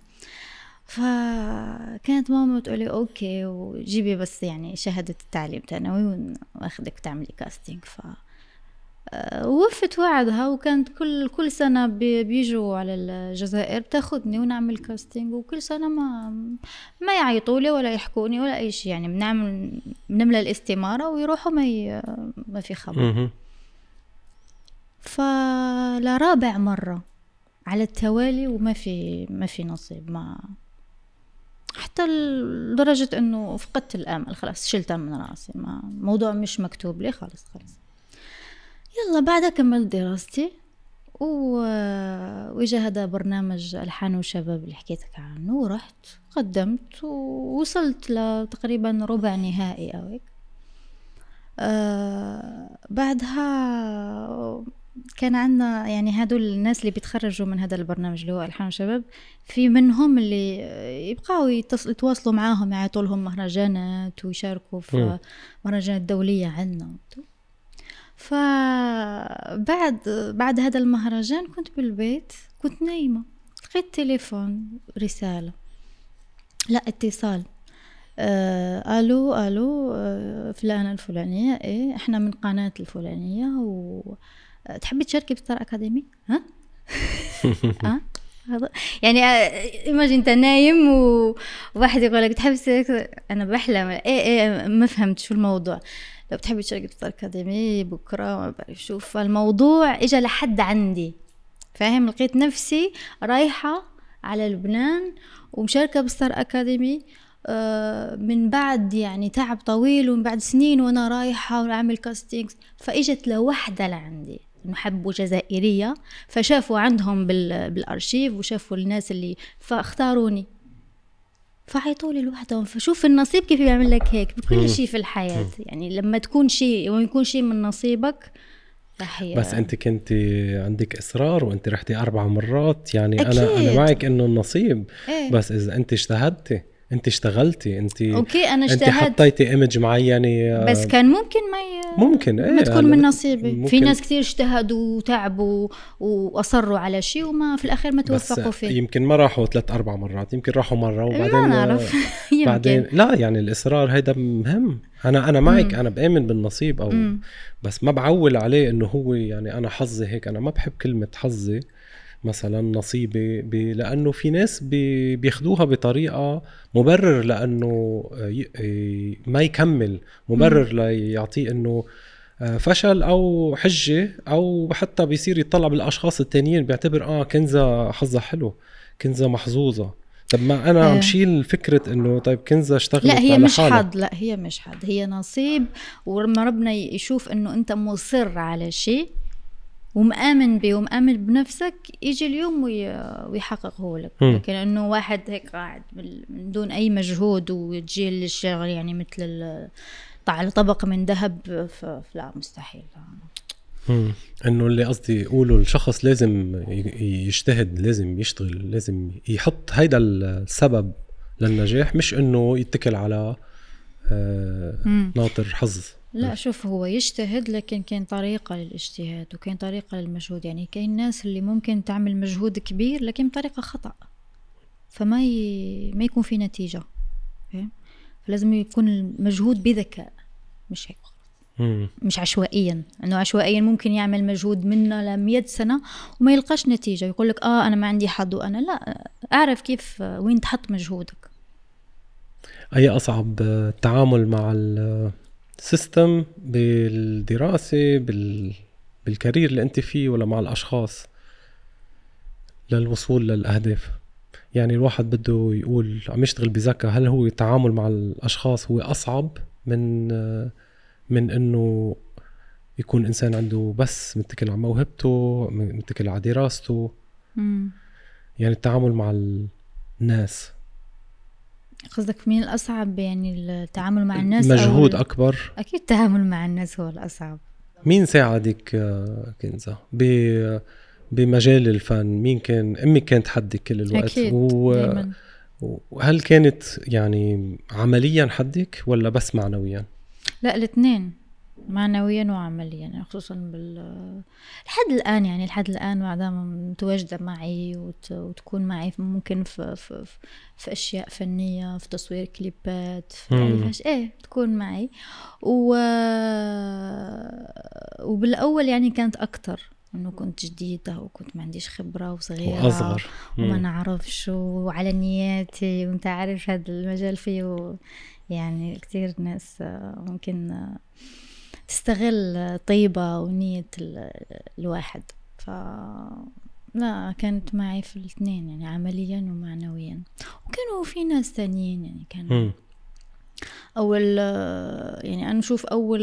فكانت ماما تقولي اوكي وجيبي بس يعني شهاده التعليم ثانوي واخدك تعملي كاستينج. ف ووفت وعدها، وكانت كل كل سنه بيجوا على الجزائر بتاخذني ونعمل كاستينج، وكل سنه ما ما يعيطوا لي ولا يحكوني ولا اي شيء، يعني بنعمل بنملى الاستماره ويروحوا ما ي... ما في خبر. فلا رابع مره على التوالي وما في ما في نصيب، ما حتى لدرجه انه فقدت الامل، خلاص شلتها من راسي، ما الموضوع مش مكتوب لي، خلاص خلاص. يلا بعدها كملت دراستي و... وإجا هذا برنامج ألحان وشباب اللي حكيتك عنه، ورحت قدمت ووصلت لتقريبا ربع نهائي أو هيك. آه بعدها كان عندنا يعني هدول الناس اللي بيتخرجوا من هذا البرنامج اللي هو ألحان وشباب، في منهم اللي يبقوا يتواصلوا معاهم، يعطوا لهم مهرجانات ويشاركوا في مهرجانات دولية عندنا. فبعد بعد هذا المهرجان كنت بالبيت، كنت نايمة، لقيت تليفون رسالة، لا اتصال. آه الو الو آه فلانة الفلانية، ايه احنا من قناة الفلانية وتحبي تشاركي بستار اكاديمي؟ ها؟ اه يعني ايماجين انت نايم وواحد يقول لك تحبي تشاركي، انا بحلم ايه ايه ما فهمت شو الموضوع. لو بتحبي تشاركي بستار اكاديمي بكره ما بعرف شو. فالموضوع اجى لحد عندي، فاهم؟ لقيت نفسي رايحه على لبنان ومشاركه بستار اكاديمي آه من بعد يعني تعب طويل، ومن بعد سنين وانا رايحه واعمل كاستينجز. فاجت لوحده لعندي محبة جزائرية، فشافوا عندهم بالارشيف وشافوا الناس اللي فاختاروني، فعيطوا لي لوحدهم. فشوف النصيب كيف يعمل لك هيك بكل شيء في الحياة. يعني لما تكون شيء ويكون شيء من نصيبك راح. بس انت كنت عندك اصرار وانت رحتي اربع مرات، يعني أكيد. انا انا معك انه النصيب إيه؟ بس اذا انت اجتهدتي، انت اشتغلتي، انت اوكي انا اجتهدت، انت حطيتي ايمج معينه، بس كان ممكن ما ي... ممكن ايه ما تكون من نصيبي. في ناس كثير اجتهدوا وتعبوا واصروا على شيء وما في الاخير ما توفقوا فيه. يمكن ما راحوا ثلاث اربع مرات، يمكن راحوا مره وبعدين ما نعرف. بعدين لا يعني الاصرار هيدا مهم. انا انا معك، م. انا بآمن بالنصيب او م. بس ما بعول عليه انه هو يعني انا حظي هيك. انا ما بحب كلمه حظي مثلا نصيبي بي لأنه في ناس بي بياخدوها بطريقة مبرر لأنه ما يكمل، مبرر ليعطيه أنه فشل أو حجة، أو حتى بيصير يطلع بالأشخاص التانيين بيعتبر آه كنزة حظها حلو، كنزة محظوظة. طب ما أنا عم شيل فكرة أنه طيب كنزة اشتغلت على حالها. لا هي مش حظ، لا هي مش حظ، هي نصيب. ولما ربنا يشوف أنه أنت مصر على شيء ومآمن به ومآمن بنفسك يجي اليوم ويحققه لك. لكن انه واحد هيك قاعد من دون اي مجهود وتجي للشغل يعني مثل طعل طبق من ذهب، لا مستحيل. امم انه اللي قصدي يقولوا الشخص لازم يجتهد، لازم يشتغل، لازم يحط هيدا السبب للنجاح، مش انه يتكل على ناطر حظ. لا شوف، هو يجتهد لكن كان طريقة للاجتهاد وكان طريقة للمجهود. يعني كاين ناس اللي ممكن تعمل مجهود كبير لكن بطريقة خطأ، فما ي... ما يكون في نتيجة. فهم؟ فلازم يكون المجهود بذكاء، مش هيك مم. مش عشوائيا. انه عشوائيا ممكن يعمل مجهود منه لمية سنة وما يلقاش نتيجة، يقول لك اه انا ما عندي حظ. وانا لا، اعرف كيف وين تحط مجهودك. أي أصعب التعامل مع السيستم بالدراسة بال... بالكارير اللي أنت فيه، ولا مع الأشخاص للوصول للأهداف؟ يعني الواحد بده يقول عم يشتغل بذكاء، هل هو التعامل مع الأشخاص هو أصعب من من إنه يكون إنسان عنده بس متكل على موهبته، متكل على دراسته؟ مم. يعني التعامل مع الناس، قصدك مين الأصعب؟ يعني التعامل مع الناس مجهود أو أكبر؟ أكيد التعامل مع الناس هو الأصعب. مين ساعدك كنزة ب بمجال الفن؟ مين كان أمي كانت حدك كل الوقت؟ أكيد و... دايما. وهل كانت يعني عمليا حدك ولا بس معنويا؟ لا الاثنين، معنويا وعمليا. يعني خصوصا بال لحد الآن، يعني لحد الآن بعدها متواجدة معي وت... وتكون معي ممكن في, في, في أشياء فنية، في تصوير كليبات، في يعني فاش إيه تكون معي. و... وبالأول يعني كانت أكتر، انه كنت جديدة وكنت ما عنديش خبرة وصغيرة وأصغر وما نعرفش وعلى نياتي، وانت عارف هذا المجال فيه يعني كتير ناس ممكن تستغل طيبة ونية الواحد. ف لا، كانت معي في الاثنين، يعني عمليا ومعنويا. وكانوا في ناس تانيين يعني كانوا أول يعني أنا نشوف أول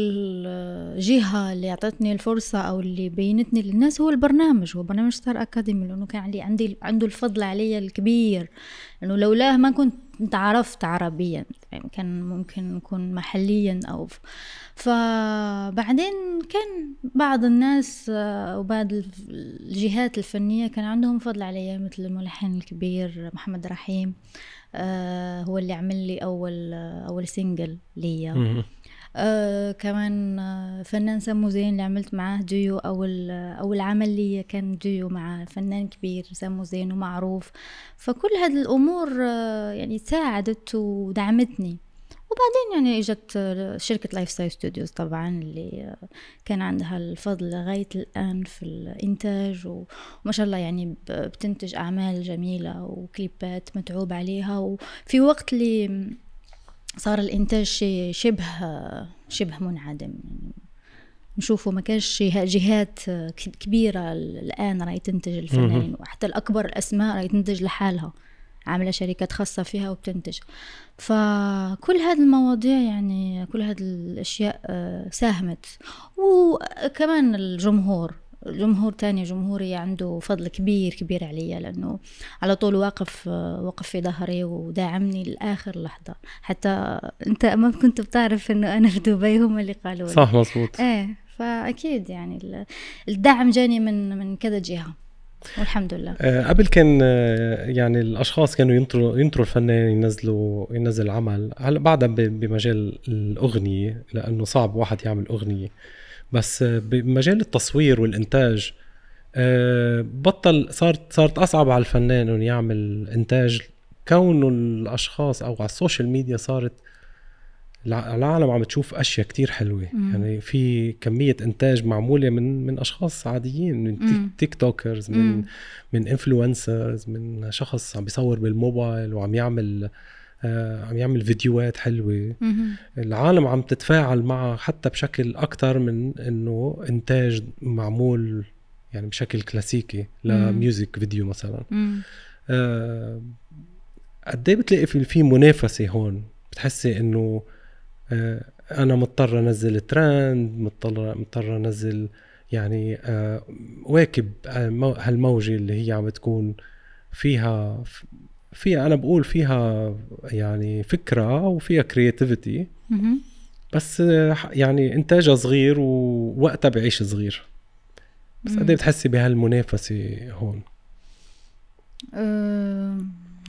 جهة اللي أعطتني الفرصة أو اللي بينتني للناس هو البرنامج، هو برنامج ستار أكاديمي، لأنه كان عندي عندي عنده الفضل علي الكبير، لأنه لولاه ما كنت تعرفت عربيا، يعني كان ممكن نكون محليا أو ف... فبعدين كان بعض الناس وبعض الجهات الفنية كان عندهم فضل علي، مثل الملحن الكبير محمد رحيم، آه هو اللي عمل لي أول آه أول سينجل ليا. آه كمان آه فنان سمو زين اللي عملت معاه ديو، أول آه أول عمل لي كان ديو مع فنان كبير سمو زين ومعروف. فكل هذه الأمور آه يعني ساعدت ودعمتني. وبعدين يعني اجت شركة لايف ستايل ستوديوز طبعا، اللي كان عندها الفضل لغاية الآن في الإنتاج، وما شاء الله يعني بتنتج أعمال جميلة وكليبات متعوب عليها. وفي وقت اللي صار الإنتاج شبه شبه منعدم، يعني نشوفه ما كانش جهات كبيرة الآن رأي تنتج الفنانين، وحتى الأكبر الأسماء رأي تنتج لحالها، عاملة شركات خاصة فيها وبتنتج. فكل هذه المواضيع يعني كل هذه الأشياء ساهمت. وكمان الجمهور الجمهور تاني جمهوري عنده فضل كبير كبير عليا، لأنه على طول واقف وقف في ظهري وداعمني لآخر لحظة. حتى أنت ما كنت بتعرف أنه أنا في دبي هم اللي قالوا لي. صح مظبوط. إيه، فأكيد يعني الدعم جاني من من كذا جهة والحمد لله. أه قبل كان يعني الاشخاص كانوا ينطروا ينطروا الفنان ينزلوا ينزل عمل. هلا بعدها بمجال الاغنيه، لانه صعب واحد يعمل اغنيه، بس بمجال التصوير والانتاج أه بطل صارت صارت اصعب على الفنان انه يعمل انتاج، كونه الاشخاص او على السوشيال ميديا صارت العالم عم تشوف اشياء كتير حلوه. مم. يعني في كميه انتاج معموله من من اشخاص عاديين، من مم. تيك توكرز، من مم. من انفلونسرز، من شخص عم بيصور بالموبايل وعم يعمل آه عم يعمل فيديوهات حلوه. مم. العالم عم تتفاعل معه حتى بشكل اكتر من انه انتاج معمول يعني بشكل كلاسيكي لميوزك فيديو مثلا. آه قد ايه بتلاقي في في منافسه هون؟ بتحسي انه أنا مضطر أنزل ترند، مضطر مضطر أنزل يعني أه واكب هالموجة اللي هي عم تكون فيها فيها أنا بقول فيها يعني فكرة وفيها creativity، بس يعني إنتاجها صغير ووقتها بعيش صغير. بس قد ايه بتحسي بهالمنافسة هون؟ أه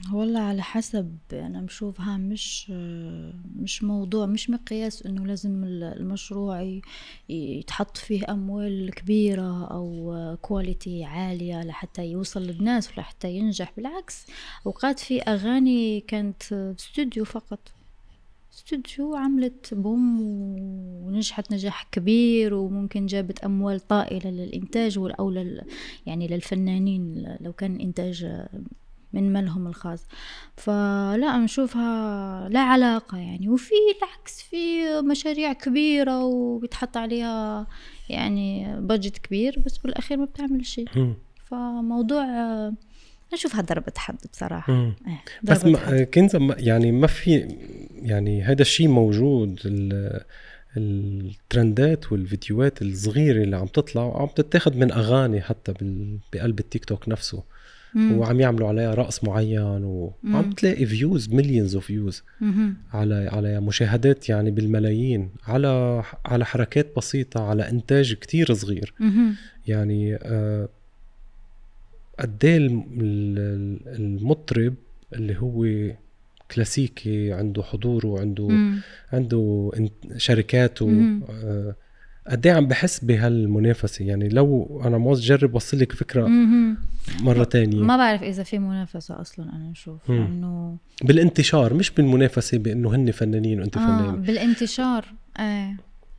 والله على حسب، أنا بشوفها مش مش موضوع، مش مقياس إنه لازم المشروع ي- يتحط فيه أموال كبيرة أو كواليتي عالية لحتى يوصل للناس ولحتى ينجح. بالعكس، أوقات في أغاني كانت استوديو فقط، استوديو عملت بوم ونجحت نجاح كبير، وممكن جابت أموال طائلة للإنتاج أو لل يعني للفنانين لو كان إنتاج من مالهم الخاص. فلا نشوفها لا علاقة يعني. وفي العكس، في مشاريع كبيرة وبيتحط عليها يعني بادجت كبير بس بالأخير ما بتعمل شيء. فموضوع نشوفها ضربة حد بصراحة. مم. إيه، بس ضربة ما حد. كنت ما- يعني ما في يعني هذا الشيء موجود. ال- الترندات والفيديوهات الصغيرة اللي عم تطلع عم تتاخد من أغاني حتى بال- بقلب التيك توك نفسه، مم. وعم يعملوا عليها رقص معين وعم مم. تلاقي فيوز مليونز اوف فيوز مهم. على على مشاهدات يعني بالملايين على على حركات بسيطة على إنتاج كتير صغير. مهم. يعني آه، قد ايه الم- ال- المطرب اللي هو كلاسيكي عنده حضور وعنده مم. عنده انت- شركاته، مهم. آه، قد ايه عم بحس بهالمنافسة. يعني لو انا موز جرب وصل لك فكرة مهم. مرة تانية ما بعرف إذا في منافسة أصلا، أنا نشوف مم. لأنه بالانتشار مش بالمنافسة بانه هن فنانين وانت آه فنان. بالانتشار. آه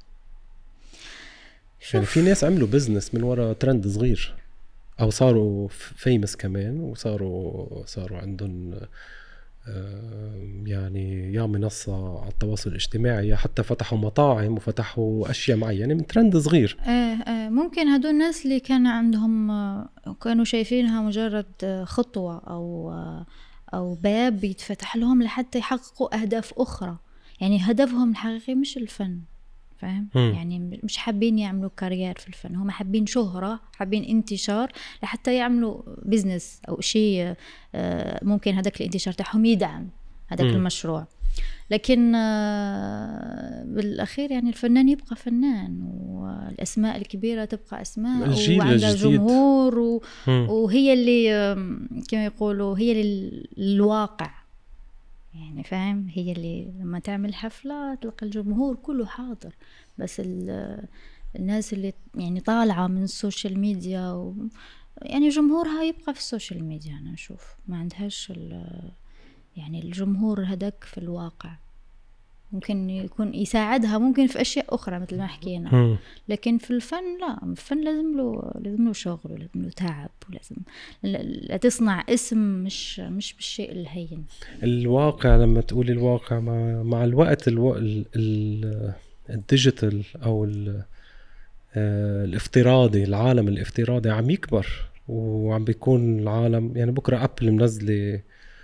يعني في شوف، ناس عملوا بزنس من وراء ترند صغير او صاروا فيمس كمان وصاروا صاروا عندهم آه، يعني يا منصة على التواصل الاجتماعي يا حتى فتحوا مطاعم وفتحوا أشياء معينة من ترند صغير. آه آه ممكن هدول الناس اللي كان عندهم آه كانوا شايفينها مجرد آه خطوة أو آه أو باب بيتفتح لهم لحتى يحققوا أهداف أخرى. يعني هدفهم الحقيقي مش الفن، فاهم؟ مم. يعني مش حابين يعملوا كارير في الفن، هم حابين شهرة، حابين انتشار لحتى يعملوا بيزنس أو شيء آه ممكن هداك الانتشار تاعهم يدعم هداك مم. المشروع. لكن آه، بالأخير يعني الفنان يبقى فنان، والأسماء الكبيرة تبقى أسماء الجيل وعندها الجديد. جمهور و... مم. وهي اللي آم، كما يقولوا هي اللي الواقع يعني، فاهم؟ هي اللي لما تعمل حفلة تلقى الجمهور كله حاضر. بس ال... الناس اللي يعني طالعة من السوشيال ميديا و... يعني جمهورها يبقى في السوشيال ميديا. أنا أشوف ما عندهاش ال... يعني الجمهور هداك في الواقع ممكن يكون يساعدها ممكن في أشياء أخرى مثل ما حكينا. مم. لكن في الفن لا، الفن لازم له لازم له شغل ولازم له تعب ولازم لا تصنع اسم مش مش بالشيء الهين. الواقع لما تقولي الواقع مع, مع الوقت الو... ال... ال... الديجيتال أو ال... آه، الافتراضي، العالم الافتراضي عم يكبر وعم بيكون العالم يعني بكرة أبل منزلة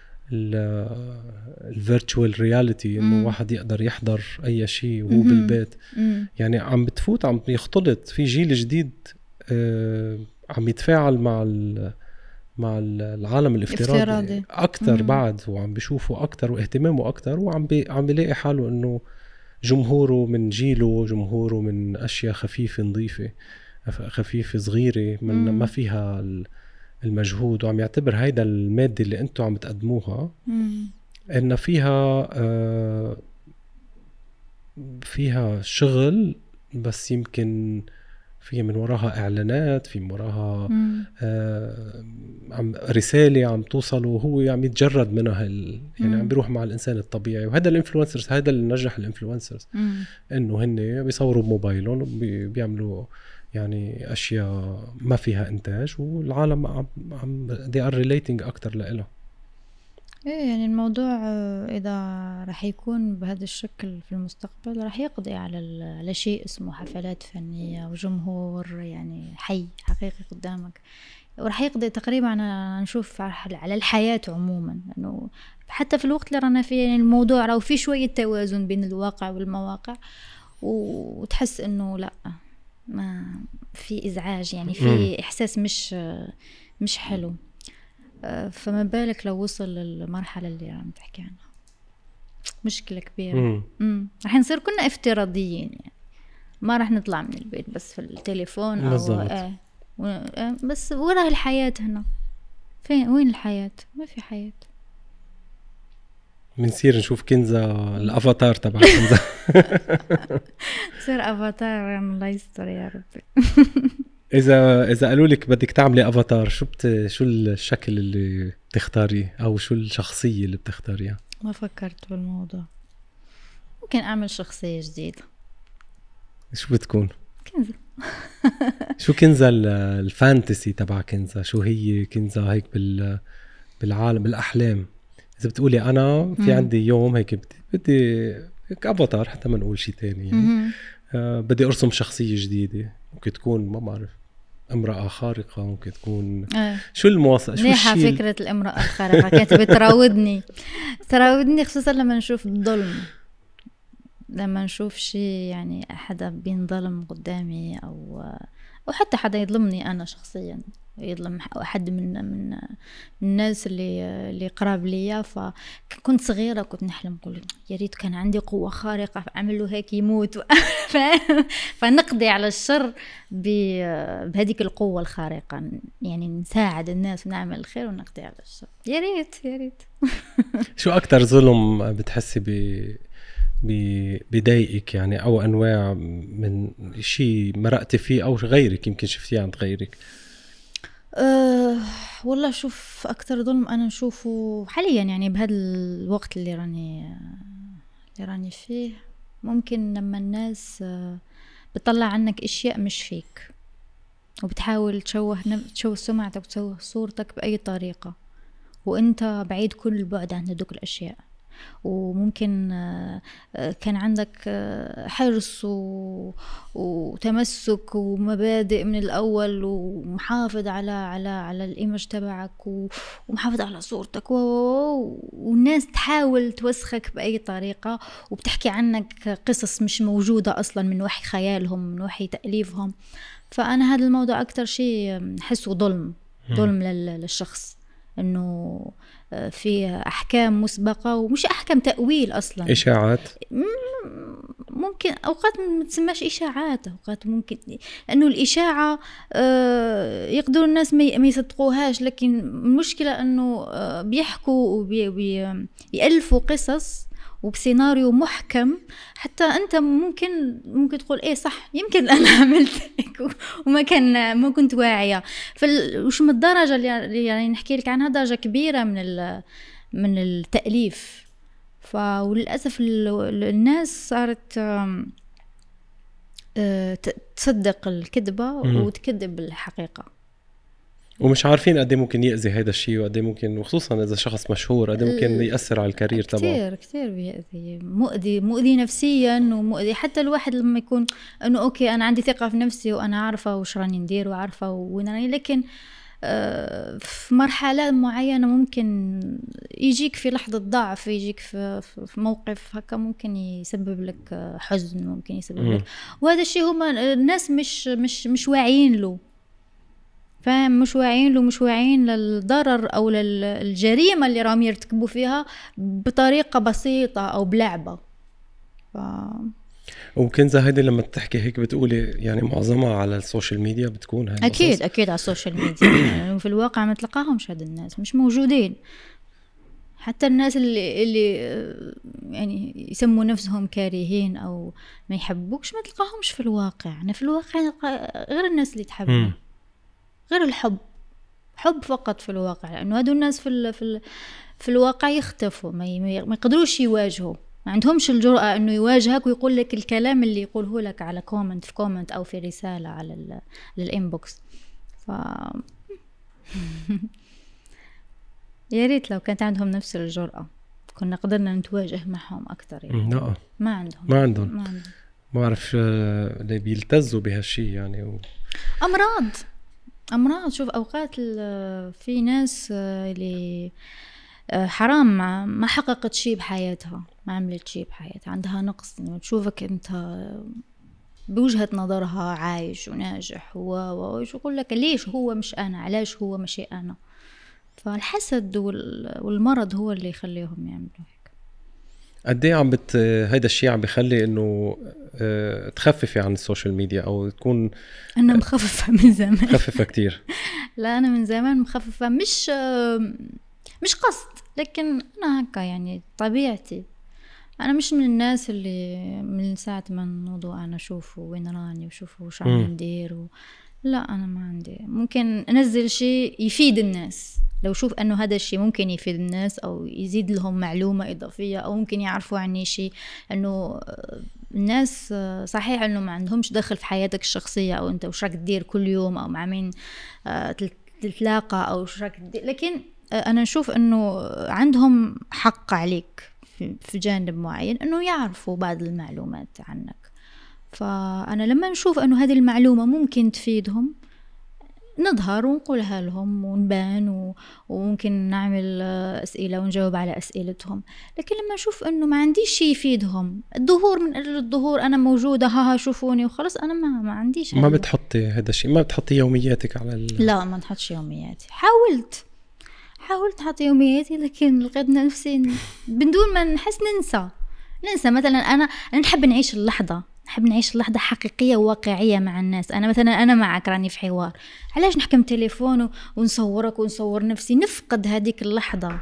الفيرتشوال رياليتي انه واحد يقدر يحضر اي شيء وهو بالبيت. مم. يعني عم بتفوت عم يختلط في جيل جديد آه عم يتفاعل مع مع العالم الافتراضي افتراضي اكتر مم. بعد، وعم بيشوفوا اكتر واهتمامه اكتر، وعم بي عم بيلاقي حاله انه جمهوره من جيله، جمهوره من اشياء خفيفه نظيفه خفيفه صغيره من مم. ما فيها المجهود، وعم يعتبر هيدا المادة اللي انتو عم تقدموها مم. ان فيها آه فيها شغل، بس يمكن فيها من وراها اعلانات، في من وراها آه عم رسالة عم توصل وهو عم يتجرد منها ال... يعني عم بيروح مع الانسان الطبيعي. وهذا الانفلونسرز، هذا اللي نجح الانفلونسرز، انه هن بيصوروا بموبايلهم وبيعملوا يعني اشياء ما فيها انتاج، والعالم عم عم they are relating اكتر لإلها. ايه يعني الموضوع اذا راح يكون بهذا الشكل في المستقبل راح يقضي على على شيء اسمه حفلات فنية وجمهور يعني حي حقيقي قدامك، وراح يقضي تقريبا أنا نشوف على الحياة عموما. لأنه حتى في الوقت اللي رانا فيه يعني الموضوع راهو في شوية توازن بين الواقع والمواقع، وتحس انه لا ما في ازعاج يعني في احساس مش مش حلو. فما بالك لو وصل للمرحلة اللي عم تحكي عنها، مشكلة كبيرة. امم راح نصير كنا افتراضيين يعني ما راح نطلع من البيت بس في التليفون او آه بس وين الحياة هنا؟ فين وين الحياة؟ ما في حياة. بنصير نشوف كنزة الافاتار تبع كنزة. تصير افاتار، الله يستر يا ربي. اذا اذا قالوا لك بدك تعملي افاتار، شو بت... شو الشكل اللي بتختاريه او شو الشخصية اللي بتختاريها؟ ما فكرت بالموضوع. ممكن اعمل شخصية جديدة. شو بتكون؟ كنزة. شو كنزة الفانتسي تبع كنزة؟ شو هي كنزة هيك بال بالعالم بالاحلام؟ اذا بتقولي انا في عندي يوم هيك بدي بدي هيك افاتار، حتى ما نقول شيء تاني يعني آه بدي ارسم شخصية جديدة، ممكن تكون ما بعرف امرأة خارقة، ممكن تكون آه. شو المواصفة؟ شو الشيء؟ فكرة الامرأة الخارقة كانت بتراودني تراودني خصوصا لما نشوف الظلم، لما نشوف شيء يعني حدا بينظلم قدامي او او حتى حدا يظلمني انا شخصيا، يظلم أحد من من الناس اللي اللي قراب ليا. فكنت صغيرة كنت نحلم قول يا ريت كان عندي قوة خارقة أعمل له هيك يموت. فنقضي على الشر بهذيك القوة الخارقة، يعني نساعد الناس ونعمل الخير ونقضي على الشر. يا ريت يا ريت. شو أكتر ظلم بتحسي ب بضايقك يعني، أو أنواع من شيء مرقتي فيه أو غيرك يمكن شفتيه عند غيرك؟ أه والله شوف أكتر ظلم أنا نشوفه حاليا يعني بهذا الوقت اللي راني اللي راني فيه، ممكن لما الناس بتطلع عنك أشياء مش فيك وبتحاول تشوه تشوه سمعتك وتشوه صورتك بأي طريقة، وأنت بعيد كل البعد عن هذوك الأشياء. وممكن كان عندك حرص وتمسك ومبادئ من الأول ومحافظ على على على الإيمج تبعك ومحافظ على صورتك، والناس تحاول توسخك بأي طريقة وبتحكي عنك قصص مش موجودة أصلا من وحي خيالهم من وحي تأليفهم. فأنا هذا الموضوع أكتر شيء حسه ظلم ظلم للشخص، إنه في أحكام مسبقة ومش أحكام تأويل أصلا، إشاعات ممكن أوقات ما تسماش إشاعات، أوقات ممكن لأنه الإشاعة يقدروا الناس ما يصدقوهاش، لكن المشكلة أنه بيحكوا وبيألفوا قصص وبسيناريو محكم، حتى أنت ممكن ممكن تقول إيه صح يمكن أنا عملت هيك وما كان ما كنت واعية. فوش من الدرجة اللي يعني نحكي لك عنها درجة كبيرة من من التأليف. فوللأسف الناس صارت تصدق الكذبة وتكذب الحقيقة، ومش عارفين قد ايه ممكن يأذي هذا الشيء وقد ايه ممكن، وخصوصا اذا شخص مشهور قد ايه ممكن يأثر على الكارير تبعه. كثير كثير بيأذي، مؤذي مؤذي نفسيا ومؤذي حتى الواحد لما يكون انه اوكي انا عندي ثقة في نفسي وانا عارفة وش راني ندير وعارفة وين راني، لكن في مرحلة معينة ممكن يجيك في لحظة ضعف، يجيك في في موقف هكا ممكن يسبب لك حزن، ممكن يسبب لك، وهذا الشيء هما الناس مش مش مش واعيين له، فاهم؟ مش واعيين له، مش واعيين للضرر او للجريمة اللي راهم يرتكبوا فيها بطريقة بسيطة او بلعبة. ف... وكنزة هيدي لما تحكي هيك بتقولي يعني معظمها على السوشيال ميديا بتكون هاي اكيد أصلاً. اكيد على السوشيال ميديا يعني في الواقع ما تلقاهمش هاد الناس، مش موجودين. حتى الناس اللي اللي يعني يسموا نفسهم كارهين او ما يحبوكش ما تلقاهمش في الواقع. يعني في الواقع غير الناس اللي تحبنا، غير الحب، حب فقط في الواقع، لانه هادو الناس في ال في ال في الواقع يختفوا، ما, ما يقدروش يواجهوا، ما عندهمش الجرأة انه يواجهك ويقول لك الكلام اللي يقوله لك على كومنت في كومنت او في رسالة على الانبوكس. ف يا ريت لو كانت عندهم نفس الجرأة كنا قدرنا نتواجه معهم اكثر. يعني لا ما عندهم ما عندهم ما عندهم ما اعرف اللي بيلتزوا بهالشيء يعني و... امراض امراض. شوف اوقات في ناس اللي حرام ما حققت شيء بحياتها، ما عملت شيء بحياتها، عندها نقص، تشوفك انت بوجهة نظرها عايش وناجح وش يقول لك ليش هو مش انا، علاش هو مش انا. فالحسد والمرض هو اللي يخليهم يعملوا هيك. قد ايه عم بت هيدا الشيء عم بيخلي انه اه تخففي عن السوشيال ميديا او تكون؟ انا مخففه من زمان. مخففه كتير. لا انا من زمان مخففه، مش مش قصد، لكن أنا هكا يعني طبيعتي، أنا مش من الناس اللي من ساعة ما نوضو أنا شوفوا وين راني وشوفوا وش عم ندير و... لا أنا ما عندي. ممكن أنزل شيء يفيد الناس، لو شوف أنه هذا الشيء ممكن يفيد الناس أو يزيد لهم معلومة إضافية أو ممكن يعرفوا عني شيء، أنه الناس صحيح أنه ما عندهمش دخل في حياتك الشخصية أو أنت وش راك تدير كل يوم أو مع مين تتلاقى أو وش راك تدير، لكن أنا نشوف أنه عندهم حق عليك في جانب معين أنه يعرفوا بعض المعلومات عنك. فأنا لما نشوف أنه هذه المعلومة ممكن تفيدهم نظهر ونقولها لهم ونبان و... وممكن نعمل أسئلة ونجاوب على أسئلتهم. لكن لما نشوف أنه ما عنديش شيء يفيدهم، الظهور من أجل الظهور، أنا موجودة ها ها شوفوني وخلص، أنا ما ما عنديش. ما بتحطي هذا الشيء، ما بتحطي يومياتك على ال... لا ما نحطش يومياتي. حاولت حاولت أحط يومياتي لكن لقيت نفسي بدون ما نحس ننسى ننسى مثلا أنا أنا نحب نعيش اللحظة، نحب نعيش اللحظة حقيقية وواقعية مع الناس. أنا مثلا أنا معك راني في حوار، علاش نحكم تليفون ونصورك ونصور نفسي؟ نفقد هذيك اللحظة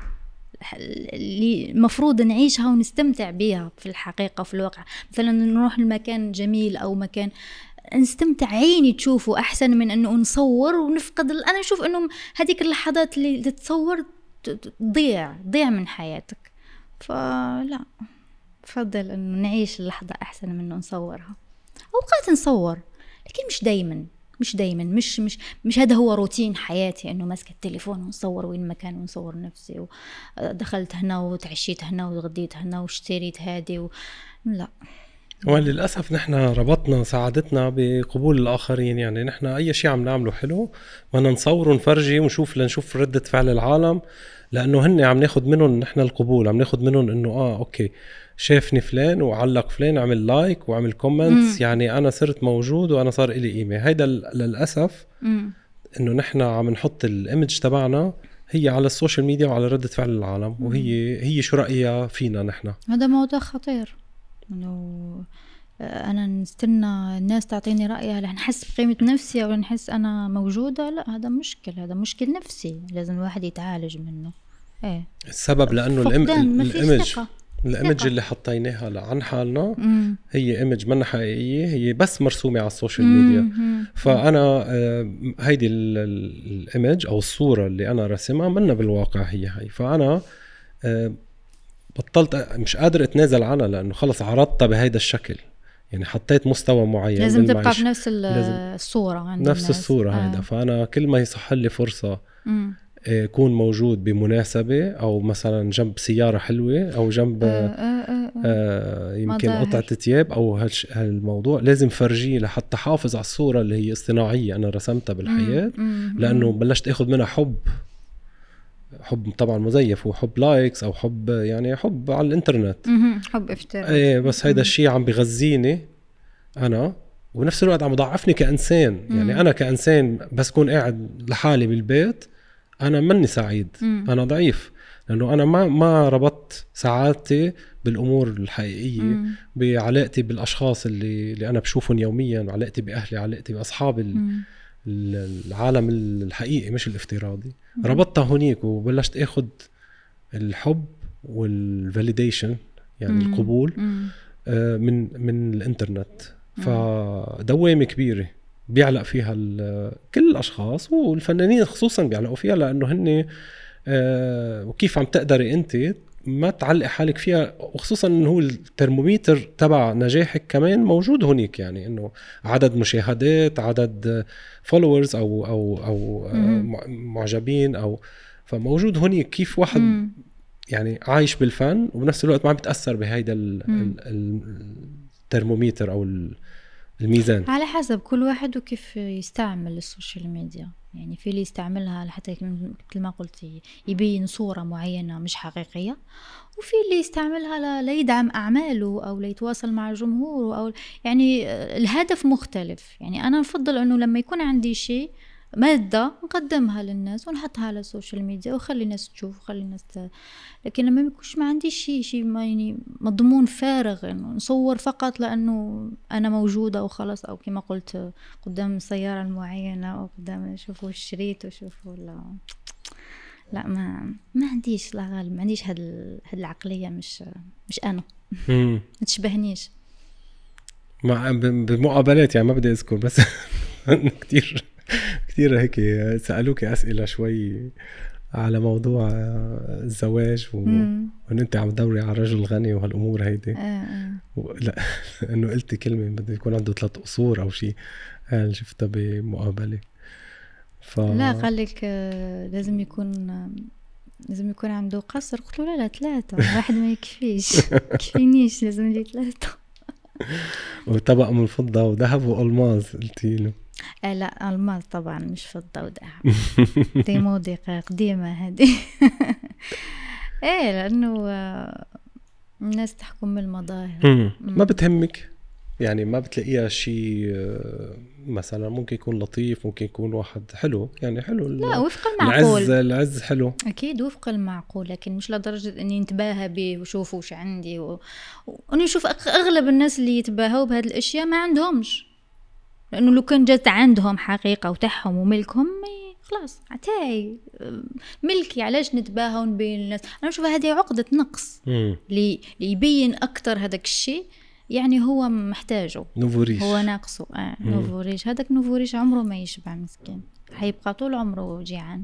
اللي مفروض نعيشها ونستمتع بها في الحقيقة في الواقع. مثلا نروح لمكان جميل أو مكان نستمتع، عيني تشوفه أحسن من أنه نصور ونفقد. أنا أشوف أنه هذيك اللحظات اللي تتصور تضيع ضيع من حياتك. فلا، فضل أنه نعيش اللحظة أحسن من أنه نصورها. أوقات نصور لكن مش دايما مش دايما مش مش مش هذا هو روتين حياتي أنه ماسك التليفون ونصور وين مكان ونصور نفسي ودخلت هنا وتعشيت هنا وغديت هنا واشتريت هذه و... لا. وللأسف نحن ربطنا سعادتنا بقبول الآخرين. يعني نحن أي شيء عم نعمله حلو بدنا نصور ونفرجي ونشوف لنشوف ردة فعل العالم، لأنه هن عم ناخد منهم نحن القبول، عم ناخد منهم إنه آه أوكي شافني فلان وعلق فلان عمل لايك وعمل كومنتس، يعني أنا صرت موجود وأنا صار إلي قيمة. هيدا للأسف مم. إنه نحن عم نحط الإيمج تبعنا هي على السوشيال ميديا وعلى ردة فعل العالم، مم. وهي هي شو رأيها فينا نحن. هذا موضوع خطير، إنه أنا نستنى الناس تعطيني رأيها لنحس بقيمة نفسي أو نحس أنا موجودة. لا، هذا مشكل، هذا مشكل نفسي لازم الواحد يتعالج منه. إيه السبب لأنه الإيمج الإيمج اللي حطيناها عن حالنا مم. هي إيمج منا حقيقية، هي بس مرسومة على السوشيال ميديا. مم. فأنا هيدي الإيمج أو الصورة اللي أنا رسمها منا بالواقع هي هاي. فأنا بطلت مش قادر اتنازل عنها لأنه خلص عرضتها بهيدا الشكل، يعني حطيت مستوى معين لازم تبقى بنفس الصورة عند نفس الناس. الصورة آه. هيدا. فأنا كل ما يصح لي فرصة مم. يكون موجود بمناسبة أو مثلا جنب سيارة حلوة أو جنب آه آه آه آه يمكن قطعة تياب أو هالموضوع، لازم فرجيه لحتى حافظ على الصورة اللي هي اصطناعية أنا رسمتها بالحياة. مم. لأنه بلشت أخذ منها حب حب طبعا مزيف وحب لايكس أو حب يعني حب على الإنترنت، حب افتراء. إيه بس هيدا الشيء عم بغذيني أنا ونفس الوقت عم يضعفني كإنسان. مم. يعني أنا كإنسان بس كون قاعد لحالي بالبيت أنا مني سعيد. مم. أنا ضعيف لأنه أنا ما ما ربطت سعادتي بالأمور الحقيقية. مم. بعلاقتي بالأشخاص اللي اللي أنا بشوفهم يوميا، علاقتي بأهلي، علاقتي بأصحابي، العالم الحقيقي مش الافتراضي. مم. ربطتها هونيك وبلشت أخذ الحب والفاليديشن يعني مم. القبول مم. من من الإنترنت. فدوامة كبيرة بيعلق فيها كل الأشخاص والفنانين خصوصا بيعلقوا فيها، لأنه هن آه وكيف عم تقدري أنت ما تعلق حالك فيها، وخصوصا أنه هو الترمومتر تبع نجاحك كمان موجود هونيك. يعني أنه عدد مشاهدات، عدد فولورز أو, أو, أو آه معجبين أو فموجود هونيك. كيف واحد مم. يعني عايش بالفن وبنفس الوقت ما عم بتأثر بهيدا الترمومتر أو الميزان؟ على حسب كل واحد وكيف يستعمل السوشيال ميديا. يعني في اللي يستعملها لحتى مثل ما قلتي يبين صورة معينة مش حقيقية، وفي اللي يستعملها ليدعم أعماله أو ليتواصل مع جمهوره أو يعني الهدف مختلف. يعني أنا أفضل أنه لما يكون عندي شيء مادة نقدمها للناس ونحطها على السوشيال ميديا وخلي الناس تشوف وخلي الناس ت... لكن لما يكونش ما عندي شيء شيء ما يعني مضمون فارغ انه نصور فقط لانه انا موجودة وخلاص، او كما قلت قدام سيارة معينة او قدام شوفوا الشريط وشوفوا لا لا ما ما عنديش، لا غالب ما عنديش هاد هاد العقليه، مش مش انا ما تشبهنيش مع بمقابلات يعني ما بدي اذكر بس كتير كتير هيك سألوك أسئلة شوي على موضوع الزواج و... وان انت عم تدوري على رجل غني وهالامور هيدي. آه. و... لا انه قلتي كلمه بده يكون عنده ثلاث قصور او شيء، هل شفتها بمقابله؟ ف... لا خليك لازم يكون لازم يكون عنده قصر. قلت له لا لا ثلاثه، واحد ما يكفيش كفينيش، لازم لي ثلاثه. وطبق من فضه وذهب والماظ قلتي له؟ آه لا الماس طبعا مش فضة وذهب دي موضة قديمة هذه. ايه لانه الناس تحكم بالمظاهر. ما بتهمك يعني؟ ما بتلاقيها شيء مثلا ممكن يكون لطيف، ممكن يكون واحد حلو يعني حلو، لا وفق المعقول، العز العز حلو اكيد وفق المعقول، لكن مش لدرجه اني نتباهى به وشوفوا وش عندي و... وانا اشوف اغلب الناس اللي يتباهوا بهذه الاشياء ما عندهمش، لانه لو كان جات عندهم حقيقه وتاعهم وملكهم خلاص عتاي ملكي، علاش نتباهوا بين الناس؟ انا اشوف هذه عقده نقص اللي يبين اكثر هذاك الشيء يعني هو محتاجه، نوفوريش هو ناقصه. آه نوفوريش، هذاك نوفوريش عمره ما يشبع مسكين، حيبقى طول عمره جيعان.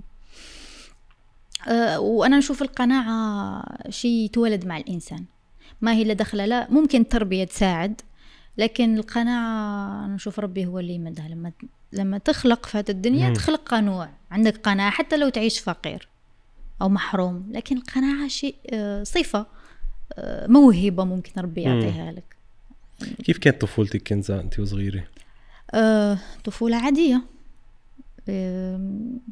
آه وانا نشوف القناعه شيء يتولد مع الانسان، ما هي اللي دخله، لا ممكن التربيه تساعد، لكن القناعه انا نشوف ربي هو اللي يمدها. لما لما تخلق في هذه الدنيا مم. تخلق قنوع، عندك قناعه حتى لو تعيش فقير او محروم، لكن القناعه شيء آه صفه آه موهبه ممكن ربي يعطيها لك. كيف كانت طفولتك كنزة أنت وصغيرة؟ أه، طفولة عادية. أه،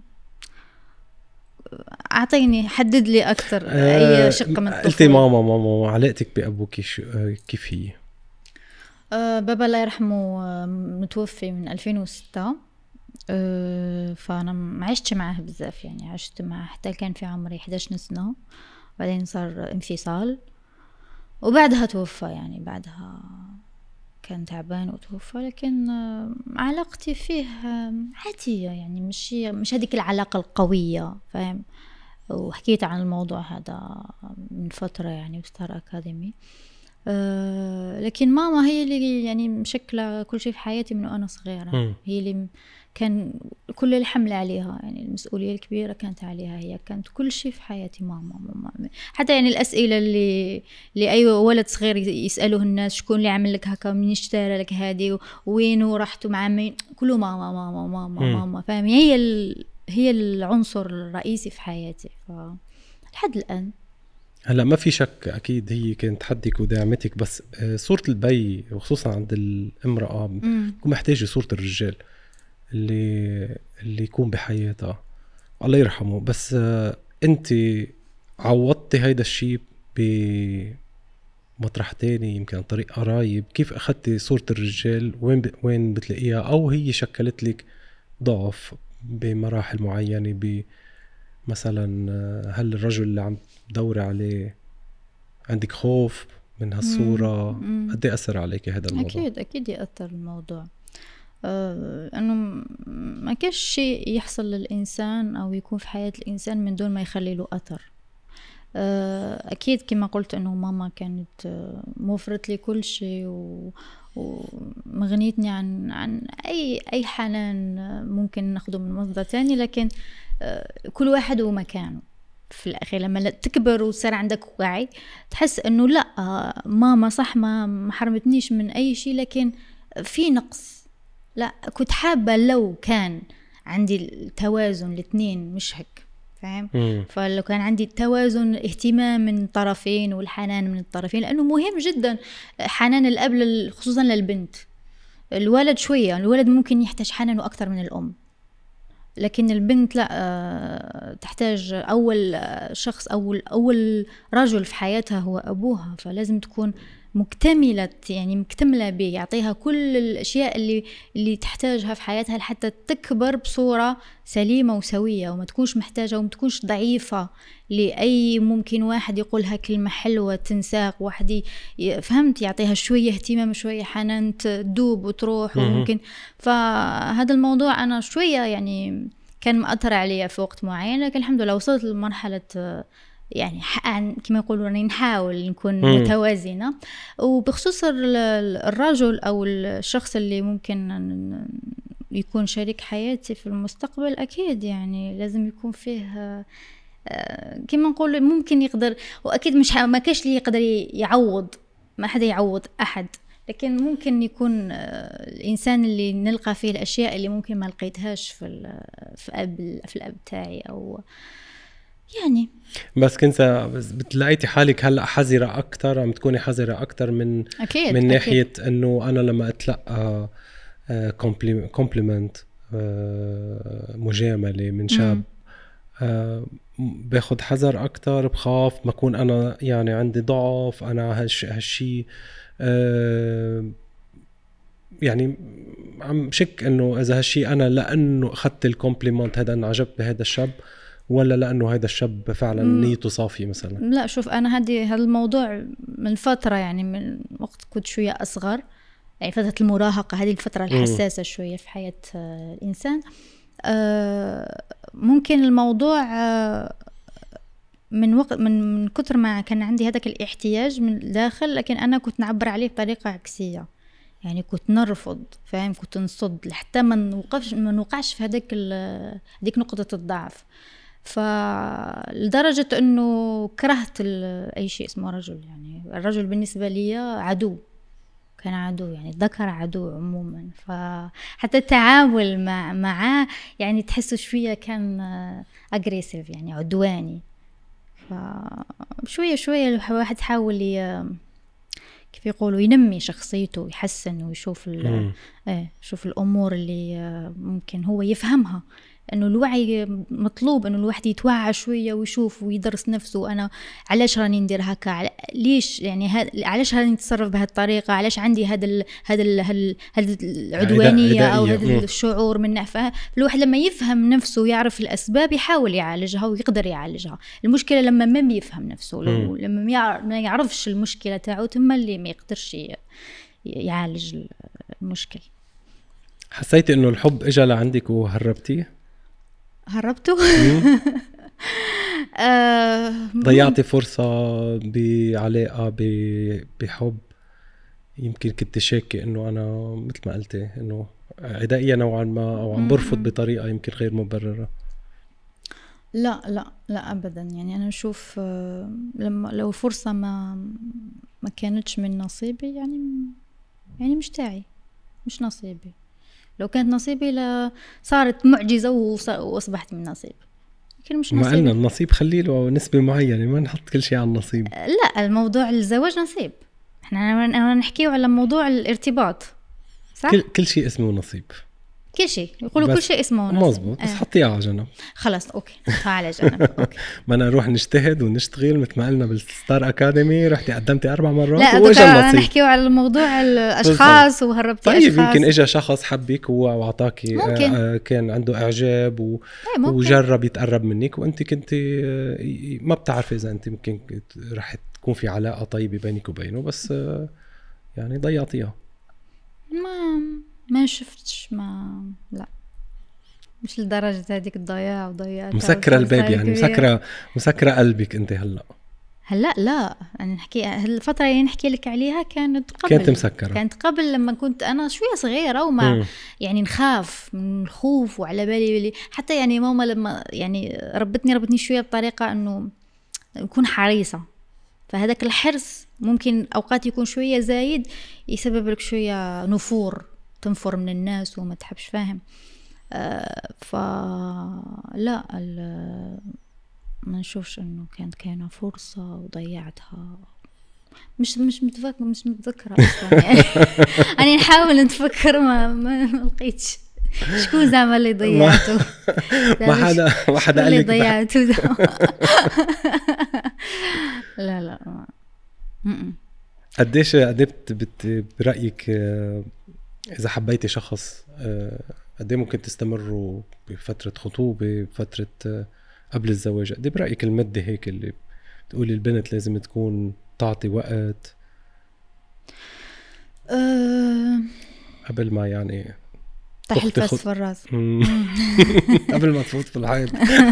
أعطيني حدد لي أكثر أه، أي شق من الطفولة. قلتي ماما ماما علاقتك بأبوك كيف هي؟ أه، بابا الله يرحمه متوفي من ألفين وستة. أه، فأنا ما عشت معه بزاف يعني، عشت معه حتى كان في عمري إحدى عشرة سنة، بعدين صار انفصال وبعدها توفى. يعني بعدها كان تعبان وتوفى، لكن علاقتي فيه عادية يعني، مش مش هذيك العلاقة القوية، فاهم؟ وحكيت عن الموضوع هذا من فترة يعني بستار أكاديمي. أه لكن ماما هي اللي يعني مشكلة كل شيء في حياتي من وأنا صغيرة. م. هي اللي كان كل الحمل عليها، يعني المسؤولية الكبيرة كانت عليها هي، كانت كل شيء في حياتي ماما. ماما حتى يعني الأسئلة اللي اللي أي ولد صغير يسألوه الناس، شكون اللي عمل لك هكا، من اشترى لك هذه، وين ورحت مع مين، كله ماما ماما ماما م. ماما، فاهم؟ هي ال... هي العنصر الرئيسي في حياتي لحد الآن. هلا ما في شك اكيد هي كانت حدك ودعمتك، بس صورة البي وخصوصا عند الامرأة بكون محتاجة صورة الرجال اللي اللي يكون بحياتها الله يرحمه. بس انت عوضتي هيدا الشيء بمطرح تاني يمكن عن طريق قرايب، كيف اخذتي صورة الرجال وين ب... وين بتلاقيها، او هي شكلت لك ضعف بمراحل معينة؟ ب مثلا هل الرجل اللي عم تدوري عليه عندك خوف من هالصورة؟ قد ايه أثر عليك هذا الموضوع؟ أكيد أكيد يأثر الموضوع. آه، أنه ما كاش شيء يحصل للإنسان أو يكون في حياة الإنسان من دون ما يخلي له أثر. آه، أكيد كما قلت أنه ماما كانت موفرت لي كل شيء و ومغنيتني عن عن أي أي حنان ممكن ناخده من مصدر تاني، لكن كل واحد ومكانه. في الأخير لما تكبر وصار عندك وعي تحس أنه لا، ماما صح ما حرمتنيش من أي شيء، لكن في نقص. لا كنت حابة لو كان عندي التوازن الاثنين، مش هيك، فاهم؟ فلو كان عندي التوازن، اهتمام من طرفين والحنان من الطرفين، لأنه مهم جدا حنان الأب خصوصا للبنت. الولد شوية، الولد ممكن يحتاج حنانه أكثر من الأم، لكن البنت لا، تحتاج أول شخص أو أول رجل في حياتها هو أبوها، فلازم تكون مكتملة يعني مكتملة به، يعطيها كل الأشياء اللي اللي تحتاجها في حياتها لحتى تكبر بصورة سليمة وسوية، وما تكونش محتاجة وما تكونش ضعيفة لأي ممكن واحد يقولها كلمة حلوة تنساق، واحد فهمت يعطيها شوية اهتمام شوية حنان تدوب وتروح. وممكن فهذا الموضوع أنا شوية يعني كان مأثر عليا في وقت معين، لكن الحمد لله وصلت لمرحلة يعني كما يقولوا يعني نحاول نكون مم. متوازنة. وبخصوص الرجل أو الشخص اللي ممكن يكون شريك حياتي في المستقبل، أكيد يعني لازم يكون فيه كما نقول ممكن يقدر، وأكيد مش ما كاش اللي يقدر يعوض، ما حدا يعوض أحد، لكن ممكن يكون الإنسان اللي نلقى فيه الأشياء اللي ممكن ما لقيتهاش في في أب في الأب تاعي أو يعني. بس كنت بتلاقيتي حالك هلا حذرة أكتر، عم تكوني حذرة أكتر من أكيد من ناحية أكيد. إنه أنا لما أتلقى كومبليمنت مجاملة من شاب أه باخد حذر أكتر، بخاف ما أكون أنا يعني عندي ضعف، أنا هالش هالشي أه يعني عم شك إنه إذا هالشي أنا لأنه أخذت الكومبليمنت هذا انعجبت بهذا الشاب، ولا لأنه هذا الشاب فعلا نيته صافية مثلا. لا شوف أنا هذه هذا الموضوع من فترة، يعني من وقت كنت شوية أصغر، يعني فترة المراهقة، هذه الفترة الحساسة شوية في حياة الإنسان. أه ممكن الموضوع أه من وقت من كثر ما كان عندي هذاك الاحتياج من الداخل، لكن أنا كنت نعبر عليه بطريقة عكسية، يعني كنت نرفض، فاهم، كنت نصد لحتى ما نوقفش ما نوقعش في هذاك هذيك نقطة الضعف. فلدرجة أنه كرهت أي شيء اسمه رجل، يعني الرجل بالنسبة لي عدو، كان عدو، يعني الذكر عدو عموما. فحتى التعامل مع معاه يعني تحسه شوية كان أجريسيف، يعني عدواني. فشوية شوية الواحد حاول كيف يقولوا ينمي شخصيته، يحسن ويشوف ايه شوف الأمور اللي ممكن هو يفهمها، انه الوعي مطلوب، انه الواحد يتوعى شويه ويشوف ويدرس نفسه، انا علاش راني ندير هكا، ليش يعني هاد علاش راني نتصرف بهالطريقه، علاش عندي هذا ال هذا ال هذا العدوانيه او هذا الشعور من نفسه. الواحد لما يفهم نفسه ويعرف الاسباب يحاول يعالجها ويقدر يعالجها. المشكله لما ما بيفهم نفسه، لو لما ما يعرفش المشكله تاعو ثم اللي ما يقدرش يعالج المشكل. حسيت انه الحب اجى لعندك وهربتيه؟ هربته. ضيعتي فرصة بعلاقة بحب يمكن كنت شاكي انه انا مثل ما قلتي انه عدائية نوعا ما، او عم برفض بطريقة يمكن غير مبررة؟ لا لا لا ابدا، يعني انا اشوف لما لو فرصة ما ما كانتش من نصيبي، يعني يعني مش تاعي، مش نصيبي. لو كانت نصيبي لا صارت معجزة وأصبحت من نصيب، لكن مش نصيبي. ما قلنا النصيب خلي له نسبة معينة، ما نحط كل شيء على النصيب. لا الموضوع الزواج نصيب، احنا نحكيه على موضوع الارتباط، صح؟ كل, كل شيء اسمه نصيب، كل شيء يقولوا كل شيء اسمه نصيب. مزبوط، بس آه. حطيها على جنب خلاص اوكي، حطها على جنب. اوكي بدنا نروح نجتهد ونشتغل مثل ما قلنا بالستار اكاديمي، رحتي قدمتي اربع مرات لا واجا النصيب. نحكيو على الموضوع الاشخاص وهربتي طيب اشخاص. يمكن اجى شخص حبك واعطاكي آه كان عنده اعجاب و... وجرب يتقرب منك، وانت كنت آه ما بتعرفي اذا انت ممكن رح تكون في علاقه طيبه بينك وبينه، بس آه يعني ضيعتيها. ما ما شفتش، ما لا مش لدرجة هذيك الضياع وضيعتها. مسكرة الباب يعني، مسكرة مسكرة قلبك انت هلا؟ هلا لا، انا نحكي الفترة اللي نحكي لك عليها كانت قبل، كانت مسكرة، كانت قبل لما كنت انا شوية صغيرة وما م. يعني نخاف من الخوف، وعلى بالي حتى يعني ماما لما يعني ربتني ربتني شوية بطريقة انه نكون حريصة، فهذاك الحرص ممكن اوقات يكون شوية زايد يسبب لك شوية نفور، تنفر من الناس وما تحبش، فاهم؟ آه فلا ما نشوفش انه كانت كاينه فرصه وضيعتها، مش مش متفكر مش متذكره اصلا يعني. انا نحاول نتفكر ما ما لقيتش شكون زعما اللي ضيعته. ما حدا ما حدا قال لك ضيعته. لا لا ما. قديش قديت برايك اذا حبيتي شخص قد ايه ممكن تستمروا بفترة خطوبة، بفترة قبل الزواج؟ قد ايه برأيك المدة هيك اللي بتقولي البنت لازم تكون تعطي وقت أه... قبل ما يعني افتح الفاس في الراس قبل ما تفوت في الحيط.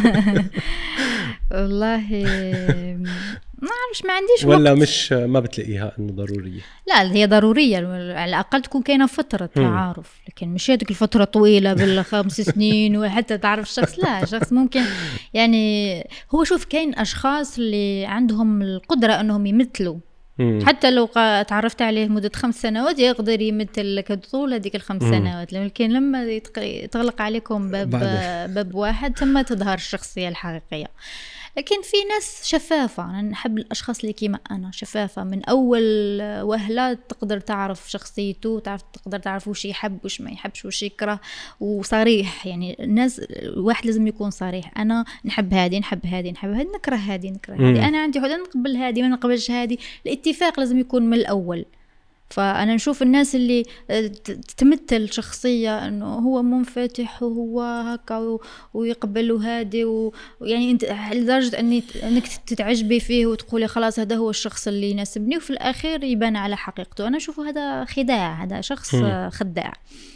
والله ما أعرفش، ما عنديش ولا وقت. مش ما بتلاقيها إنه ضرورية؟ لا هي ضرورية، على الأقل تكون كاينة فترة تعارف، لكن مش هذيك الفترة طويلة بالخمس سنين وحتى تعرف الشخص. لا شخص ممكن يعني، هو شوف كاين أشخاص اللي عندهم القدرة أنهم يمثلوا، حتى لو تعرفت عليه مدة خمس سنوات يقدر يمثل لك طول هذيك الخمس مم. سنوات. لكن لما تغلق عليكم باب باب واحد ثم تظهر الشخصية الحقيقية. لكن في ناس شفافة، أنا نحب الأشخاص اللي كيما أنا شفافة من أول وهلة، تقدر تعرف شخصيته، تعرف تقدر تعرف وش يحب وش ما يحبش وش يكره، وصريح. يعني الناس الواحد لازم يكون صريح، أنا نحب هذه نحب هذه نحب هذه نكره هذه نكره هذه، أنا عندي حدود نقبل هذه ما نقبلش هذه. الاتفاق لازم يكون من الأول. فأنا نشوف الناس اللي تمثل شخصية أنه هو منفتح وهو هكا ويقبل هادي، ويعني أنت لدرجة أني أنك تتعجبي فيه وتقولي خلاص هذا هو الشخص اللي يناسبني، وفي الأخير يبان على حقيقته. أنا أشوف هذا خداع، هذا شخص م. خداع.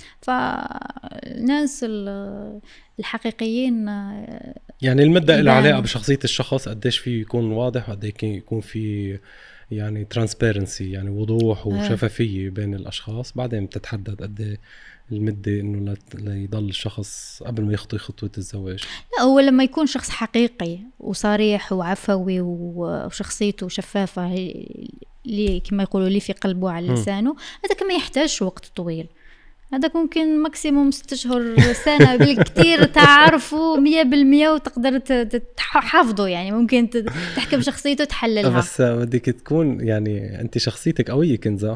فالناس الحقيقيين يعني المدة إلى علاقة بشخصية الشخص، قديش فيه يكون واضح وقديش يكون فيه يعني ترانسبيرنسي، يعني وضوح وشفافية بين الأشخاص. بعدين بتتحدد قد المدة إنه ليضل الشخص قبل ما يخطي خطوة الزواج. لا هو لما يكون شخص حقيقي وصريح وعفوي وشخصيته شفافة، اللي كما يقولوا لي في قلبه على لسانه، هذا كما يحتاج وقت طويل. هذا ممكن ماكسيموم ست شهور سنة بالكثير تعرفوا مية بالمية وتقدر تحافظوا. يعني ممكن تحكم شخصيته تحللها. بس بدك تكون يعني أنت شخصيتك قوية كنزة،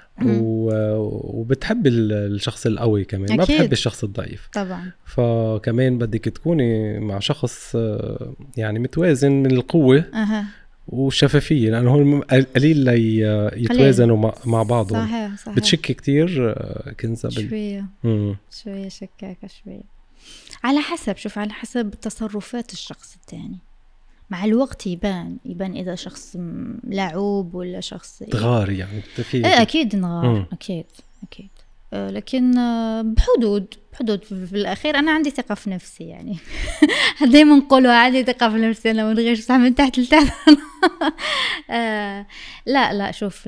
وبتحب الشخص القوي كمان، أكيد. ما بتحب الشخص الضعيف طبعا. فكمان بدك تكوني مع شخص يعني متوازن من القوة أه. وشفافية، لأنه هو قليل يتوازنوا مع بعضهم. صحيح صحيح. بتشكي كتير كنزة بال... شوية مم. شوية شكاكة شوية، على حسب شوف على حسب تصرفات الشخص الثاني. مع الوقت يبان يبان إذا شخص لعوب ولا شخص تغار يعني ايه أكيد نغار مم. أكيد أكيد أه لكن بحدود بحدود في الأخير أنا عندي ثقة في نفسي. يعني دايما نقولوا عندي ثقة في نفسي، أنا من غير صح من تحت لتحت. أه لا لا شوف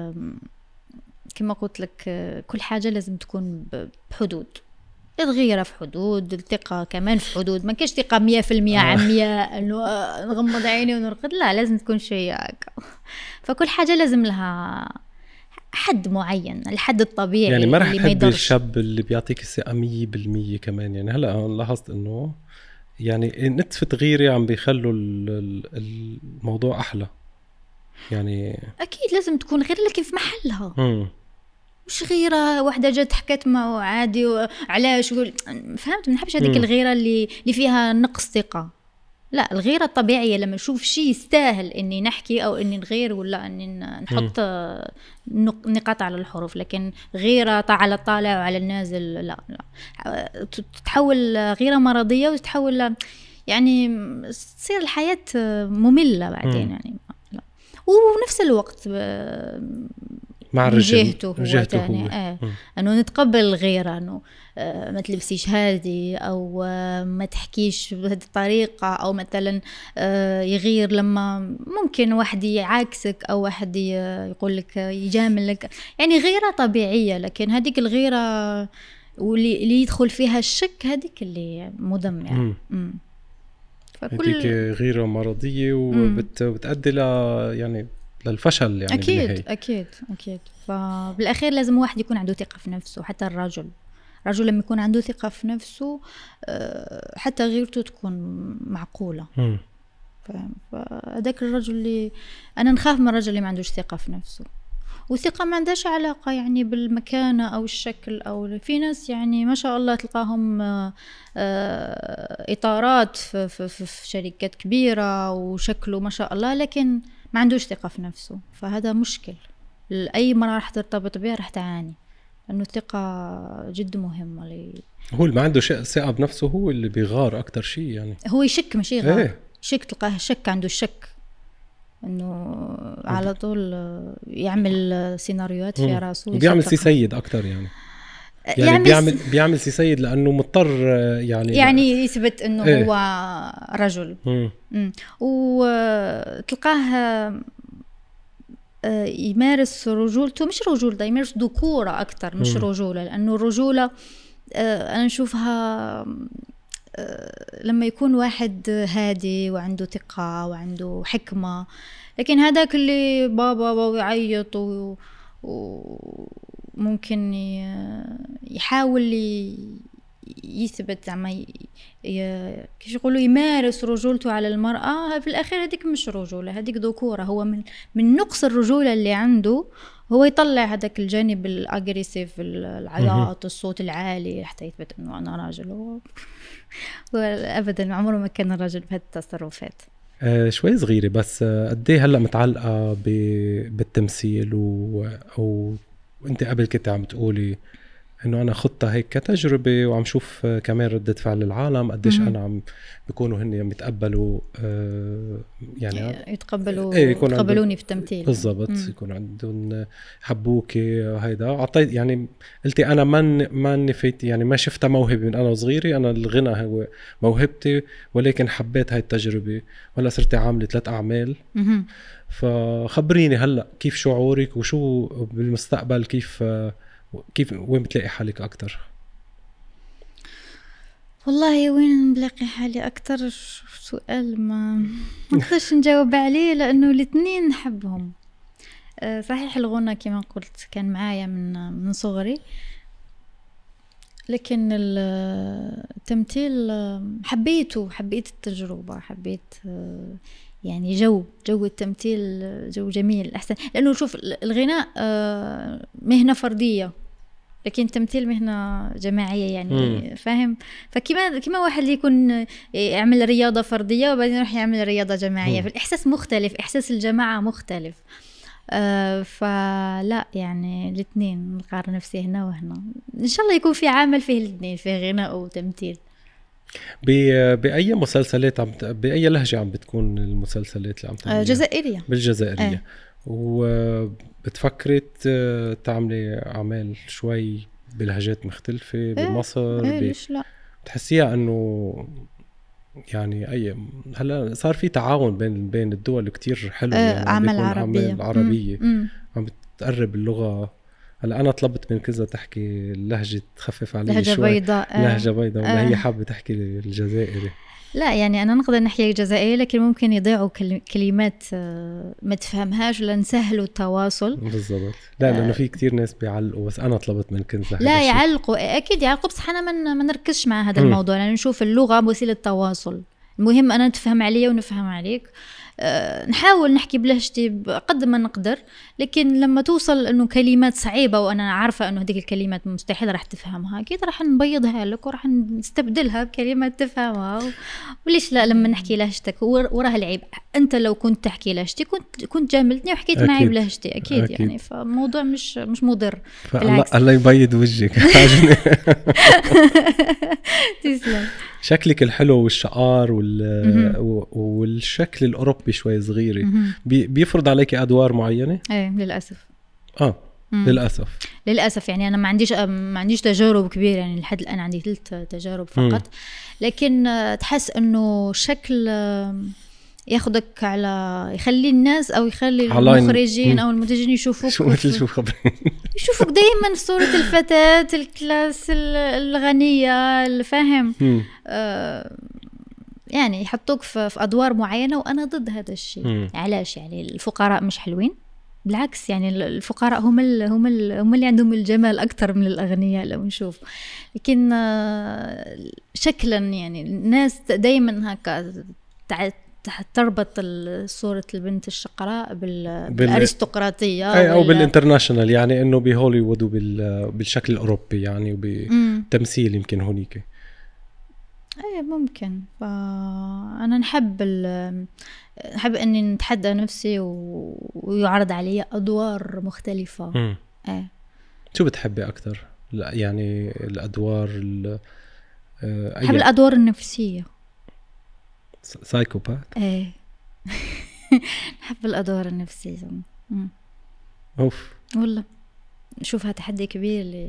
كما قلت لك كل حاجة لازم تكون بحدود، الغيرة في حدود، الثقة كمان في حدود. ما كاش ثقة مية في المية عمياء انه نغمض عيني ونرقد، لا لازم تكون شيء هكا. فكل حاجة لازم لها حد معين، الحد الطبيعي يعني ما رح اللي ما يضرش. الشاب اللي بيعطيك الثقة مية بالمية كمان. يعني هلا لاحظت انه يعني نتفة غيرة عم بيخلوا الموضوع احلى. يعني اكيد لازم تكون غير لكن في محلها. م. مش غيرة واحدة جت حكت معه عادي وعلاش فهمت. ما نحبش هذيك الغيرة اللي اللي فيها نقص ثقة. لا الغيرة الطبيعية لما نشوف شيء يستاهل اني نحكي او اني نغير ولا اني نحط نقاط على الحروف. لكن غيرة على الطالع وعلى النازل لا لا، تتحول غيرة مرضية وتتحول يعني تصير الحياة مملة بعدين. يعني لا. ونفس الوقت مع الرجال جهته هو تاني آه. انه نتقبل الغيرة، انه آه ما تلبسيش هذه او آه ما تحكيش بهذه الطريقة، او مثلا آه يغير لما ممكن واحد يعاكسك او واحد يقول لك يجاملك. يعني غيرة طبيعية، لكن هذيك الغيرة واللي اللي يدخل فيها الشك هذيك اللي مدمرة. فكل هذيك غيرة مرضية وبتؤدي ل يعني للفشل يعني. أكيد بالنهاية. أكيد أكيد. فبالأخير لازم واحد يكون عنده ثقة في نفسه. حتى الرجل الرجل لما يكون عنده ثقة في نفسه حتى غيرته تكون معقولة. فهذاك الرجل اللي أنا نخاف من الرجل اللي ما عندوش ثقة في نفسه. وثقة ما عندهاش علاقة يعني بالمكانة أو الشكل، أو في ناس يعني ما شاء الله تلقاهم إطارات في, في, في شركات كبيرة وشكله ما شاء الله، لكن ما عندوش ثقة في نفسه. فهذا مشكل، أي مرة راح ترتبط بها راح تعاني، لأنه الثقة جد مهمة. لي هو اللي ما عنده ثقة بنفسه هو اللي بيغار أكتر شيء. يعني هو يشك مش يغار. ايه؟ شك تلقاه شك، عنده الشك انه على طول يعمل سيناريوهات في راسه وبيعمل سي سيد اكتر. يعني يعني يعمل بيعمل بيعمل سي سيد لانه مضطر يعني يعني يثبت انه إيه. هو رجل. مم. وتلقاه يمارس رجولته، مش رجولته، يمارس ذكورة أكتر مش مم. رجولة، لأنه الرجولة أنا نشوفها لما يكون واحد هادي وعنده ثقة وعنده حكمة، لكن هذاك اللي بابا بابا يعيط وممكن يحاول يثبت زعما كيف يقولوا يمارس رجولته على المرأة، في الأخير هذيك مش رجولة، هذيك ذكورة. هو من من نقص الرجولة اللي عنده هو يطلع هذاك الجانب الأجريسيف، العياط، الصوت العالي، حتى يثبت إنه أنا راجل. وأبدا عمره ما كان الرجل بهذه التصرفات. آه شوي صغيرة بس قديه هلأ متعلقة بالتمثيل و... أو أنت قبل كنت عم تقولي انه انا خدتها هيك كتجربه وعم شوف كمان ردة فعل العالم قديش انا عم بيكونوا هن يتقبلوا آه يعني يتقبلوا ايه يتقبلوني في التمثيل بالضبط، يكون عندهم حبوكي هيدا. عطيت يعني قلتي انا ما ما نفيت يعني ما شفتها موهبه من انا وصغيري، انا الغنى هو موهبتي، ولكن حبيت هاي التجربه ولا صرت عامله ثلاث اعمال. فخبريني هلا كيف شعورك وشو بالمستقبل، كيف كيف وين بتلاقي حالك أكتر؟ والله وين بلاقي حالي أكتر سؤال ما نقدرش نجاوب عليه، لأنه الاثنين نحبهم. صحيح الغنى كما قلت كان معايا من من صغري، لكن التمثيل حبيته، حبيت التجربة، حبيت يعني جو جو التمثيل جو جميل أحسن، لأنه شوف الغناء مهنة فردية لكن التمثيل مهنة جماعية يعني مم. فاهم؟ فكما كما واحد اللي يكون يعمل رياضة فردية وبعدين يروح يعمل رياضة جماعية، مم. فالإحساس مختلف، إحساس الجماعة مختلف. آه فلا يعني الاثنين نقارن نفسي هنا وهنا، إن شاء الله يكون في عمل فيه الاثنين، فيه غناء وتمثيل. بأي مسلسلات عم بأي لهجة عم بتكون المسلسلات اللي عم تعمليها؟ جزائرية. بالجزائرية. آه. وبتفكري تعملي أعمال شوي بلهجات مختلفة بمصر؟ إيه ليش لا؟ بتحسيها أنه يعني أي هلا صار في تعاون بين بين الدول كتير حلو، يعني أعمال عربية أعمال عربية عم بتقرب اللغة. هلا أنا طلبت من كذا تحكي لهجة تخفف علي لهجة شوي بيضاء. لهجة بيضاء ولا آه. هي حابة تحكي الجزائري؟ لا يعني أنا نقدر نحكي الجزائري، لكن ممكن يضيعوا كلمات ما تفهمهاش لنسهلوا التواصل. بالضبط. لا لأنه في كتير ناس بيعلقوا، بس أنا طلبت من كنزة لا يعلقوا أكيد يعلقوا، بس حنا من ما نركزش مع هذا الموضوع، لأن يعني نشوف اللغة وسيلة تواصل، المهم أنا تفهم عليا ونفهم عليك. أه نحاول نحكي بلهجتي قد ما نقدر، لكن لما توصل انه كلمات صعيبه وانا عارفه انه هذيك الكلمات مستحيل راح تفهمها، اكيد راح نبيضها لك وراح نستبدلها بكلمات تفهمها. وليش لا لما نحكي لهجتك وراها العيب؟ انت لو كنت تحكي لهجتي كنت كنت جاملتني وحكيت أكيد. معي بلهجتي أكيد, أكيد يعني، فالموضوع مش مش مضر بالعكس. الله يبيض وجهك. تسلم. شكلك الحلو والشعار وال... والشكل الأوروبي شوي صغيري بي... بيفرض عليك أدوار معينة؟ ايه للأسف. آه مم. للأسف للأسف يعني أنا ما عنديش ما عنديش تجارب كبيرة، يعني لحد الآن عندي ثلاث تجارب فقط. مم. لكن تحس إنه شكل ياخدك على يخلي الناس أو يخلي المخرجين أو المنتجين يشوفوك شو مثل شو خبرين يشوفوك دايما صورة الفتاة الكلاس الغنية الفاهم، آه يعني يحطوك في أدوار معينة، وأنا ضد هذا الشيء. علاش؟ يعني الفقراء مش حلوين؟ بالعكس يعني الفقراء هم ال هم ال هم اللي عندهم الجمال أكتر من الأغنياء لو نشوف. لكن شكلا يعني الناس دايما هكا تربط صورة البنت الشقراء بالأرستقراطية بال... أو بالإنترناشنال، يعني إنه بهوليوود وبالشكل الأوروبي يعني وبتمثيل يمكن هونيك. ايه ممكن. فانا نحب نحب اني نتحدى نفسي و... ويعرض علي ادوار مختلفه. امم ايه شو بتحبي اكثر؟ لا يعني الادوار ال... آه أي... بحب الادوار النفسيه. سايكوباث. ايه نحب الادوار النفسيه. امم اوف والله شوفها تحدي كبير لي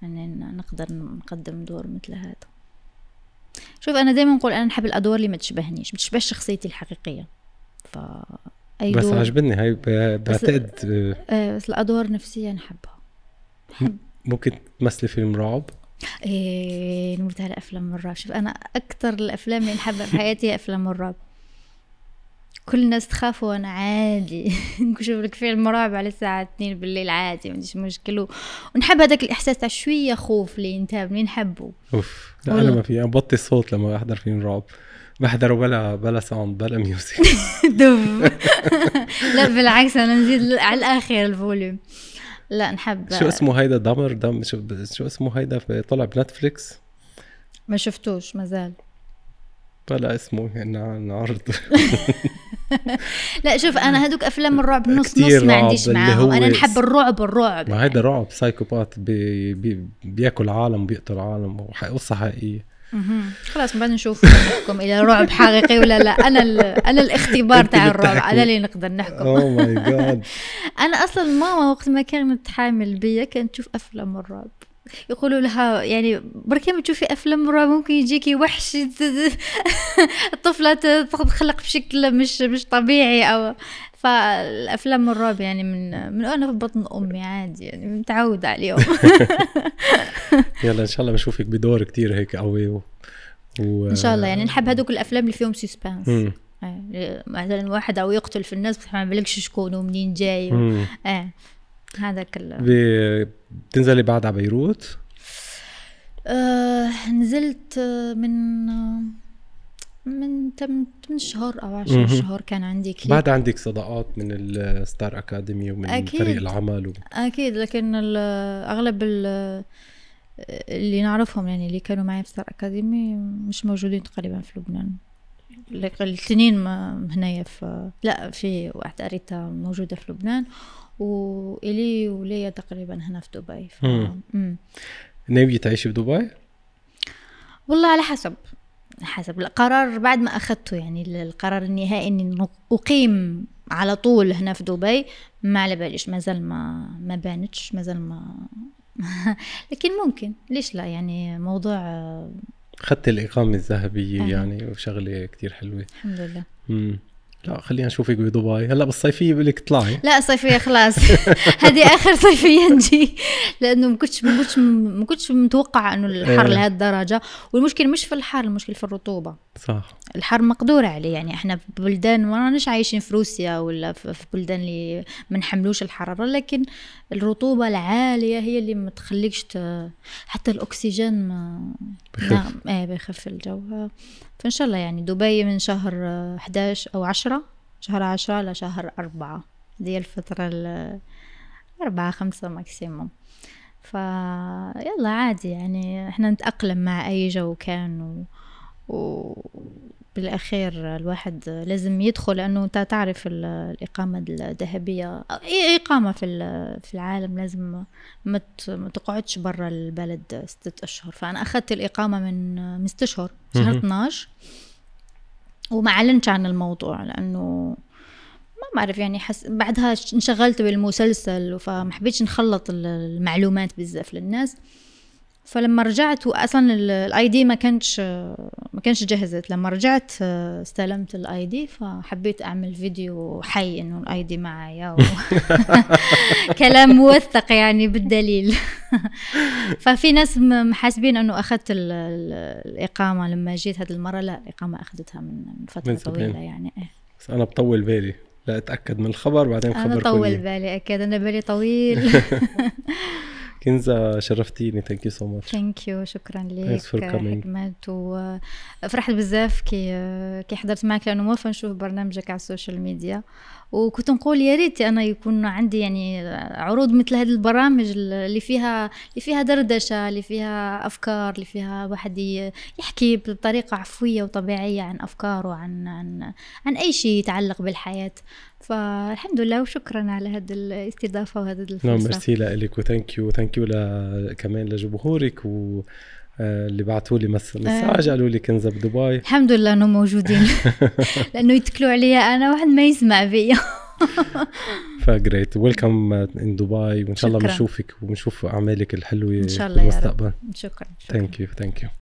يعني نقدر نقدم دور مثل هذا. شوف أنا دايما نقول أنا نحب الأدوار اللي ما تشبهنيش، ما تشبهش شخصيتي الحقيقية. ف أي بس دور عجبني هاي بعتقد. آه بس الأدوار نفسية نحبها. نحب. ممكن تمثلي فيلم رعب؟ إيه نموت على أفلام الرعب. شوف أنا أكتر الأفلام اللي نحبها في حياتي هي أفلام الرعب. كل الناس تخاف وأنا عادي نشوف لك فيلم رعب على الساعة اثنين بالليل عادي ما عنديش مشكلة. ونحب هذاك الإحساس تاع شوية خوف اللي انت اللي نحبه. أوف لا أنا ما في أنا بطي الصوت لما أحضر فيلم رعب، بحضره بلا بلا ساوند بلا ميوزك دف. لا بالعكس أنا نزيد على الآخر الفوليوم. لا نحب. شو اسمه هيدا دمر دم شو, شو اسمه هيدا طلع بنتفليكس؟ ما شفتوش مازال. بلا اسمه يعني نعرض. لا شوف انا هدوك افلام الرعب نص نص ما عنديش معاهم. انا نحب الرعب الرعب ما هيدا رعب سايكوبات بي بي بياكل عالم بيقتل عالم وقصة حقيقية. خلاص بعد نشوف نحكم الى رعب حقيقي ولا لا. انا انا الاختبار تاع الرعب انا اللي نقدر نحكم. اوه ماي جاد. انا اصلا ماما وقت ما كانت تحامل بيا كانت تشوف افلام الرعب، يقولوا لها يعني بركي ما تشوفي افلام الرعب ممكن يجيكي وحش الطفله تخلق بشكل مش مش طبيعي. او فالافلام الرعب يعني من من انا في بطن امي عادي يعني متعوده عليهم. يلا ان شاء الله بنشوفك بدور كتير هيك قوي و... و... ان شاء الله يعني نحب هذوك الافلام اللي فيهم سسبانس. مثلا واحد او يقتل في الناس بس ما بلكش شكون ومنين جاي و... اه هذا كله. بتنزلي بعد على بيروت؟ آه نزلت من من ثمانية شهور او عشرة شهور كان عندي كليب. بعد عندك صداقات من الستار اكاديمي ومن أكيد. فريق العمل و... اكيد لكن اغلب اللي نعرفهم يعني اللي كانوا معي في ستار اكاديمي مش موجودين تقريبا في لبنان. الاثنين ما هنايا في لا في واحده اريتا موجوده في لبنان وإلي وليا تقريبا هنا في دبي. ف... ناوية تعيشي في دبي؟ والله على حسب حسب القرار بعد ما أخذته يعني القرار النهائي إني أقيم على طول هنا في دبي ما على باليش مازال ما ما بانتش مازال ما لكن ممكن ليش لا يعني موضوع. خدت الإقامة الذهبية أه. يعني وشغلة كتير حلوة الحمد لله. مم. لا خلينا نشوفك بدبي هلا بالصيفيه بقولك طلعي. لا صيفيه خلاص هذه اخر صيفيه نجي لانه ما كنتش ما كنتش ما كنتش متوقع انه الحر لهذه الدرجه. والمشكله مش في الحر المشكله في الرطوبه. صح الحر مقدور عليه يعني احنا في بلدان ما راناش عايشين في روسيا ولا في بلدان اللي ما نحملوش الحراره لكن الرطوبه العاليه هي اللي ما تخليكش ت... حتى الاكسجين ما بخف. نعم ايه بيخف الجو. فإن شاء الله يعني دبي من شهر أحد عشر أو عشرة شهر عشرة لشهر أربعة دي الفترة الأربعة خمسة ماكسيموم. فيلا عادي يعني إحنا نتأقلم مع أي جو كان و... وبالأخير الواحد لازم يدخل لأنه أنت تعرف الإقامة الذهبية أي إقامة في في العالم لازم ما تقعدش برا البلد ستة أشهر. فأنا أخذت الإقامة من من ستة أشهر شهر اثناشر وما علنت عن الموضوع لأنه ما أعرف يعني حس بعدها انشغلت بالمسلسل فما حبيتش نخلط المعلومات بزاف للناس. فلما رجعت واصلا الاي دي ما كانش ما كانش جهزت لما رجعت استلمت الاي دي فحبيت اعمل فيديو حي انه الاي دي معايا و... كلام موثق يعني بالدليل. ففي ناس محاسبين انه اخذت الاقامه لما جيت هذه المره لا الاقامه اخذتها من فتره طويله يعني. ايه بس انا بطول بالي لا اتاكد من الخبر بعدين خبر انا طول بالي اكيد انا بالي طويل. كنزة شرفتيني thank you so much. thank you شكرا لك حكمت وفرحت بزاف كي كي حضرت معك لأنه موفى نشوف برنامجك على السوشيال ميديا وكنت نقول يا ريت أنا يكون عندي يعني عروض مثل هذه البرامج اللي فيها اللي فيها دردشة اللي فيها أفكار اللي فيها واحد يحكي بطريقة عفوية وطبيعية عن أفكاره وعن عن عن أي شيء يتعلق بالحياة. فالحمد لله وشكرا على هذه الاستضافة وهذه الفرصة. نعم ميرسي لك وثانك يو ثانك يو كمان لجمهورك و اللي بعثوا لي مسج قالوا لي كنزة بدبي. الحمد لله انهم موجودين لانه يتكلوا عليا انا واحد ما يسمع فيا. فجريت ويلكم ان دبي، وان شاء الله شكراً. بنشوفك وبنشوف اعمالك الحلوه إن شاء في الله يا رب. المستقبل. شكرا شكرا ثانك يو ثانك يو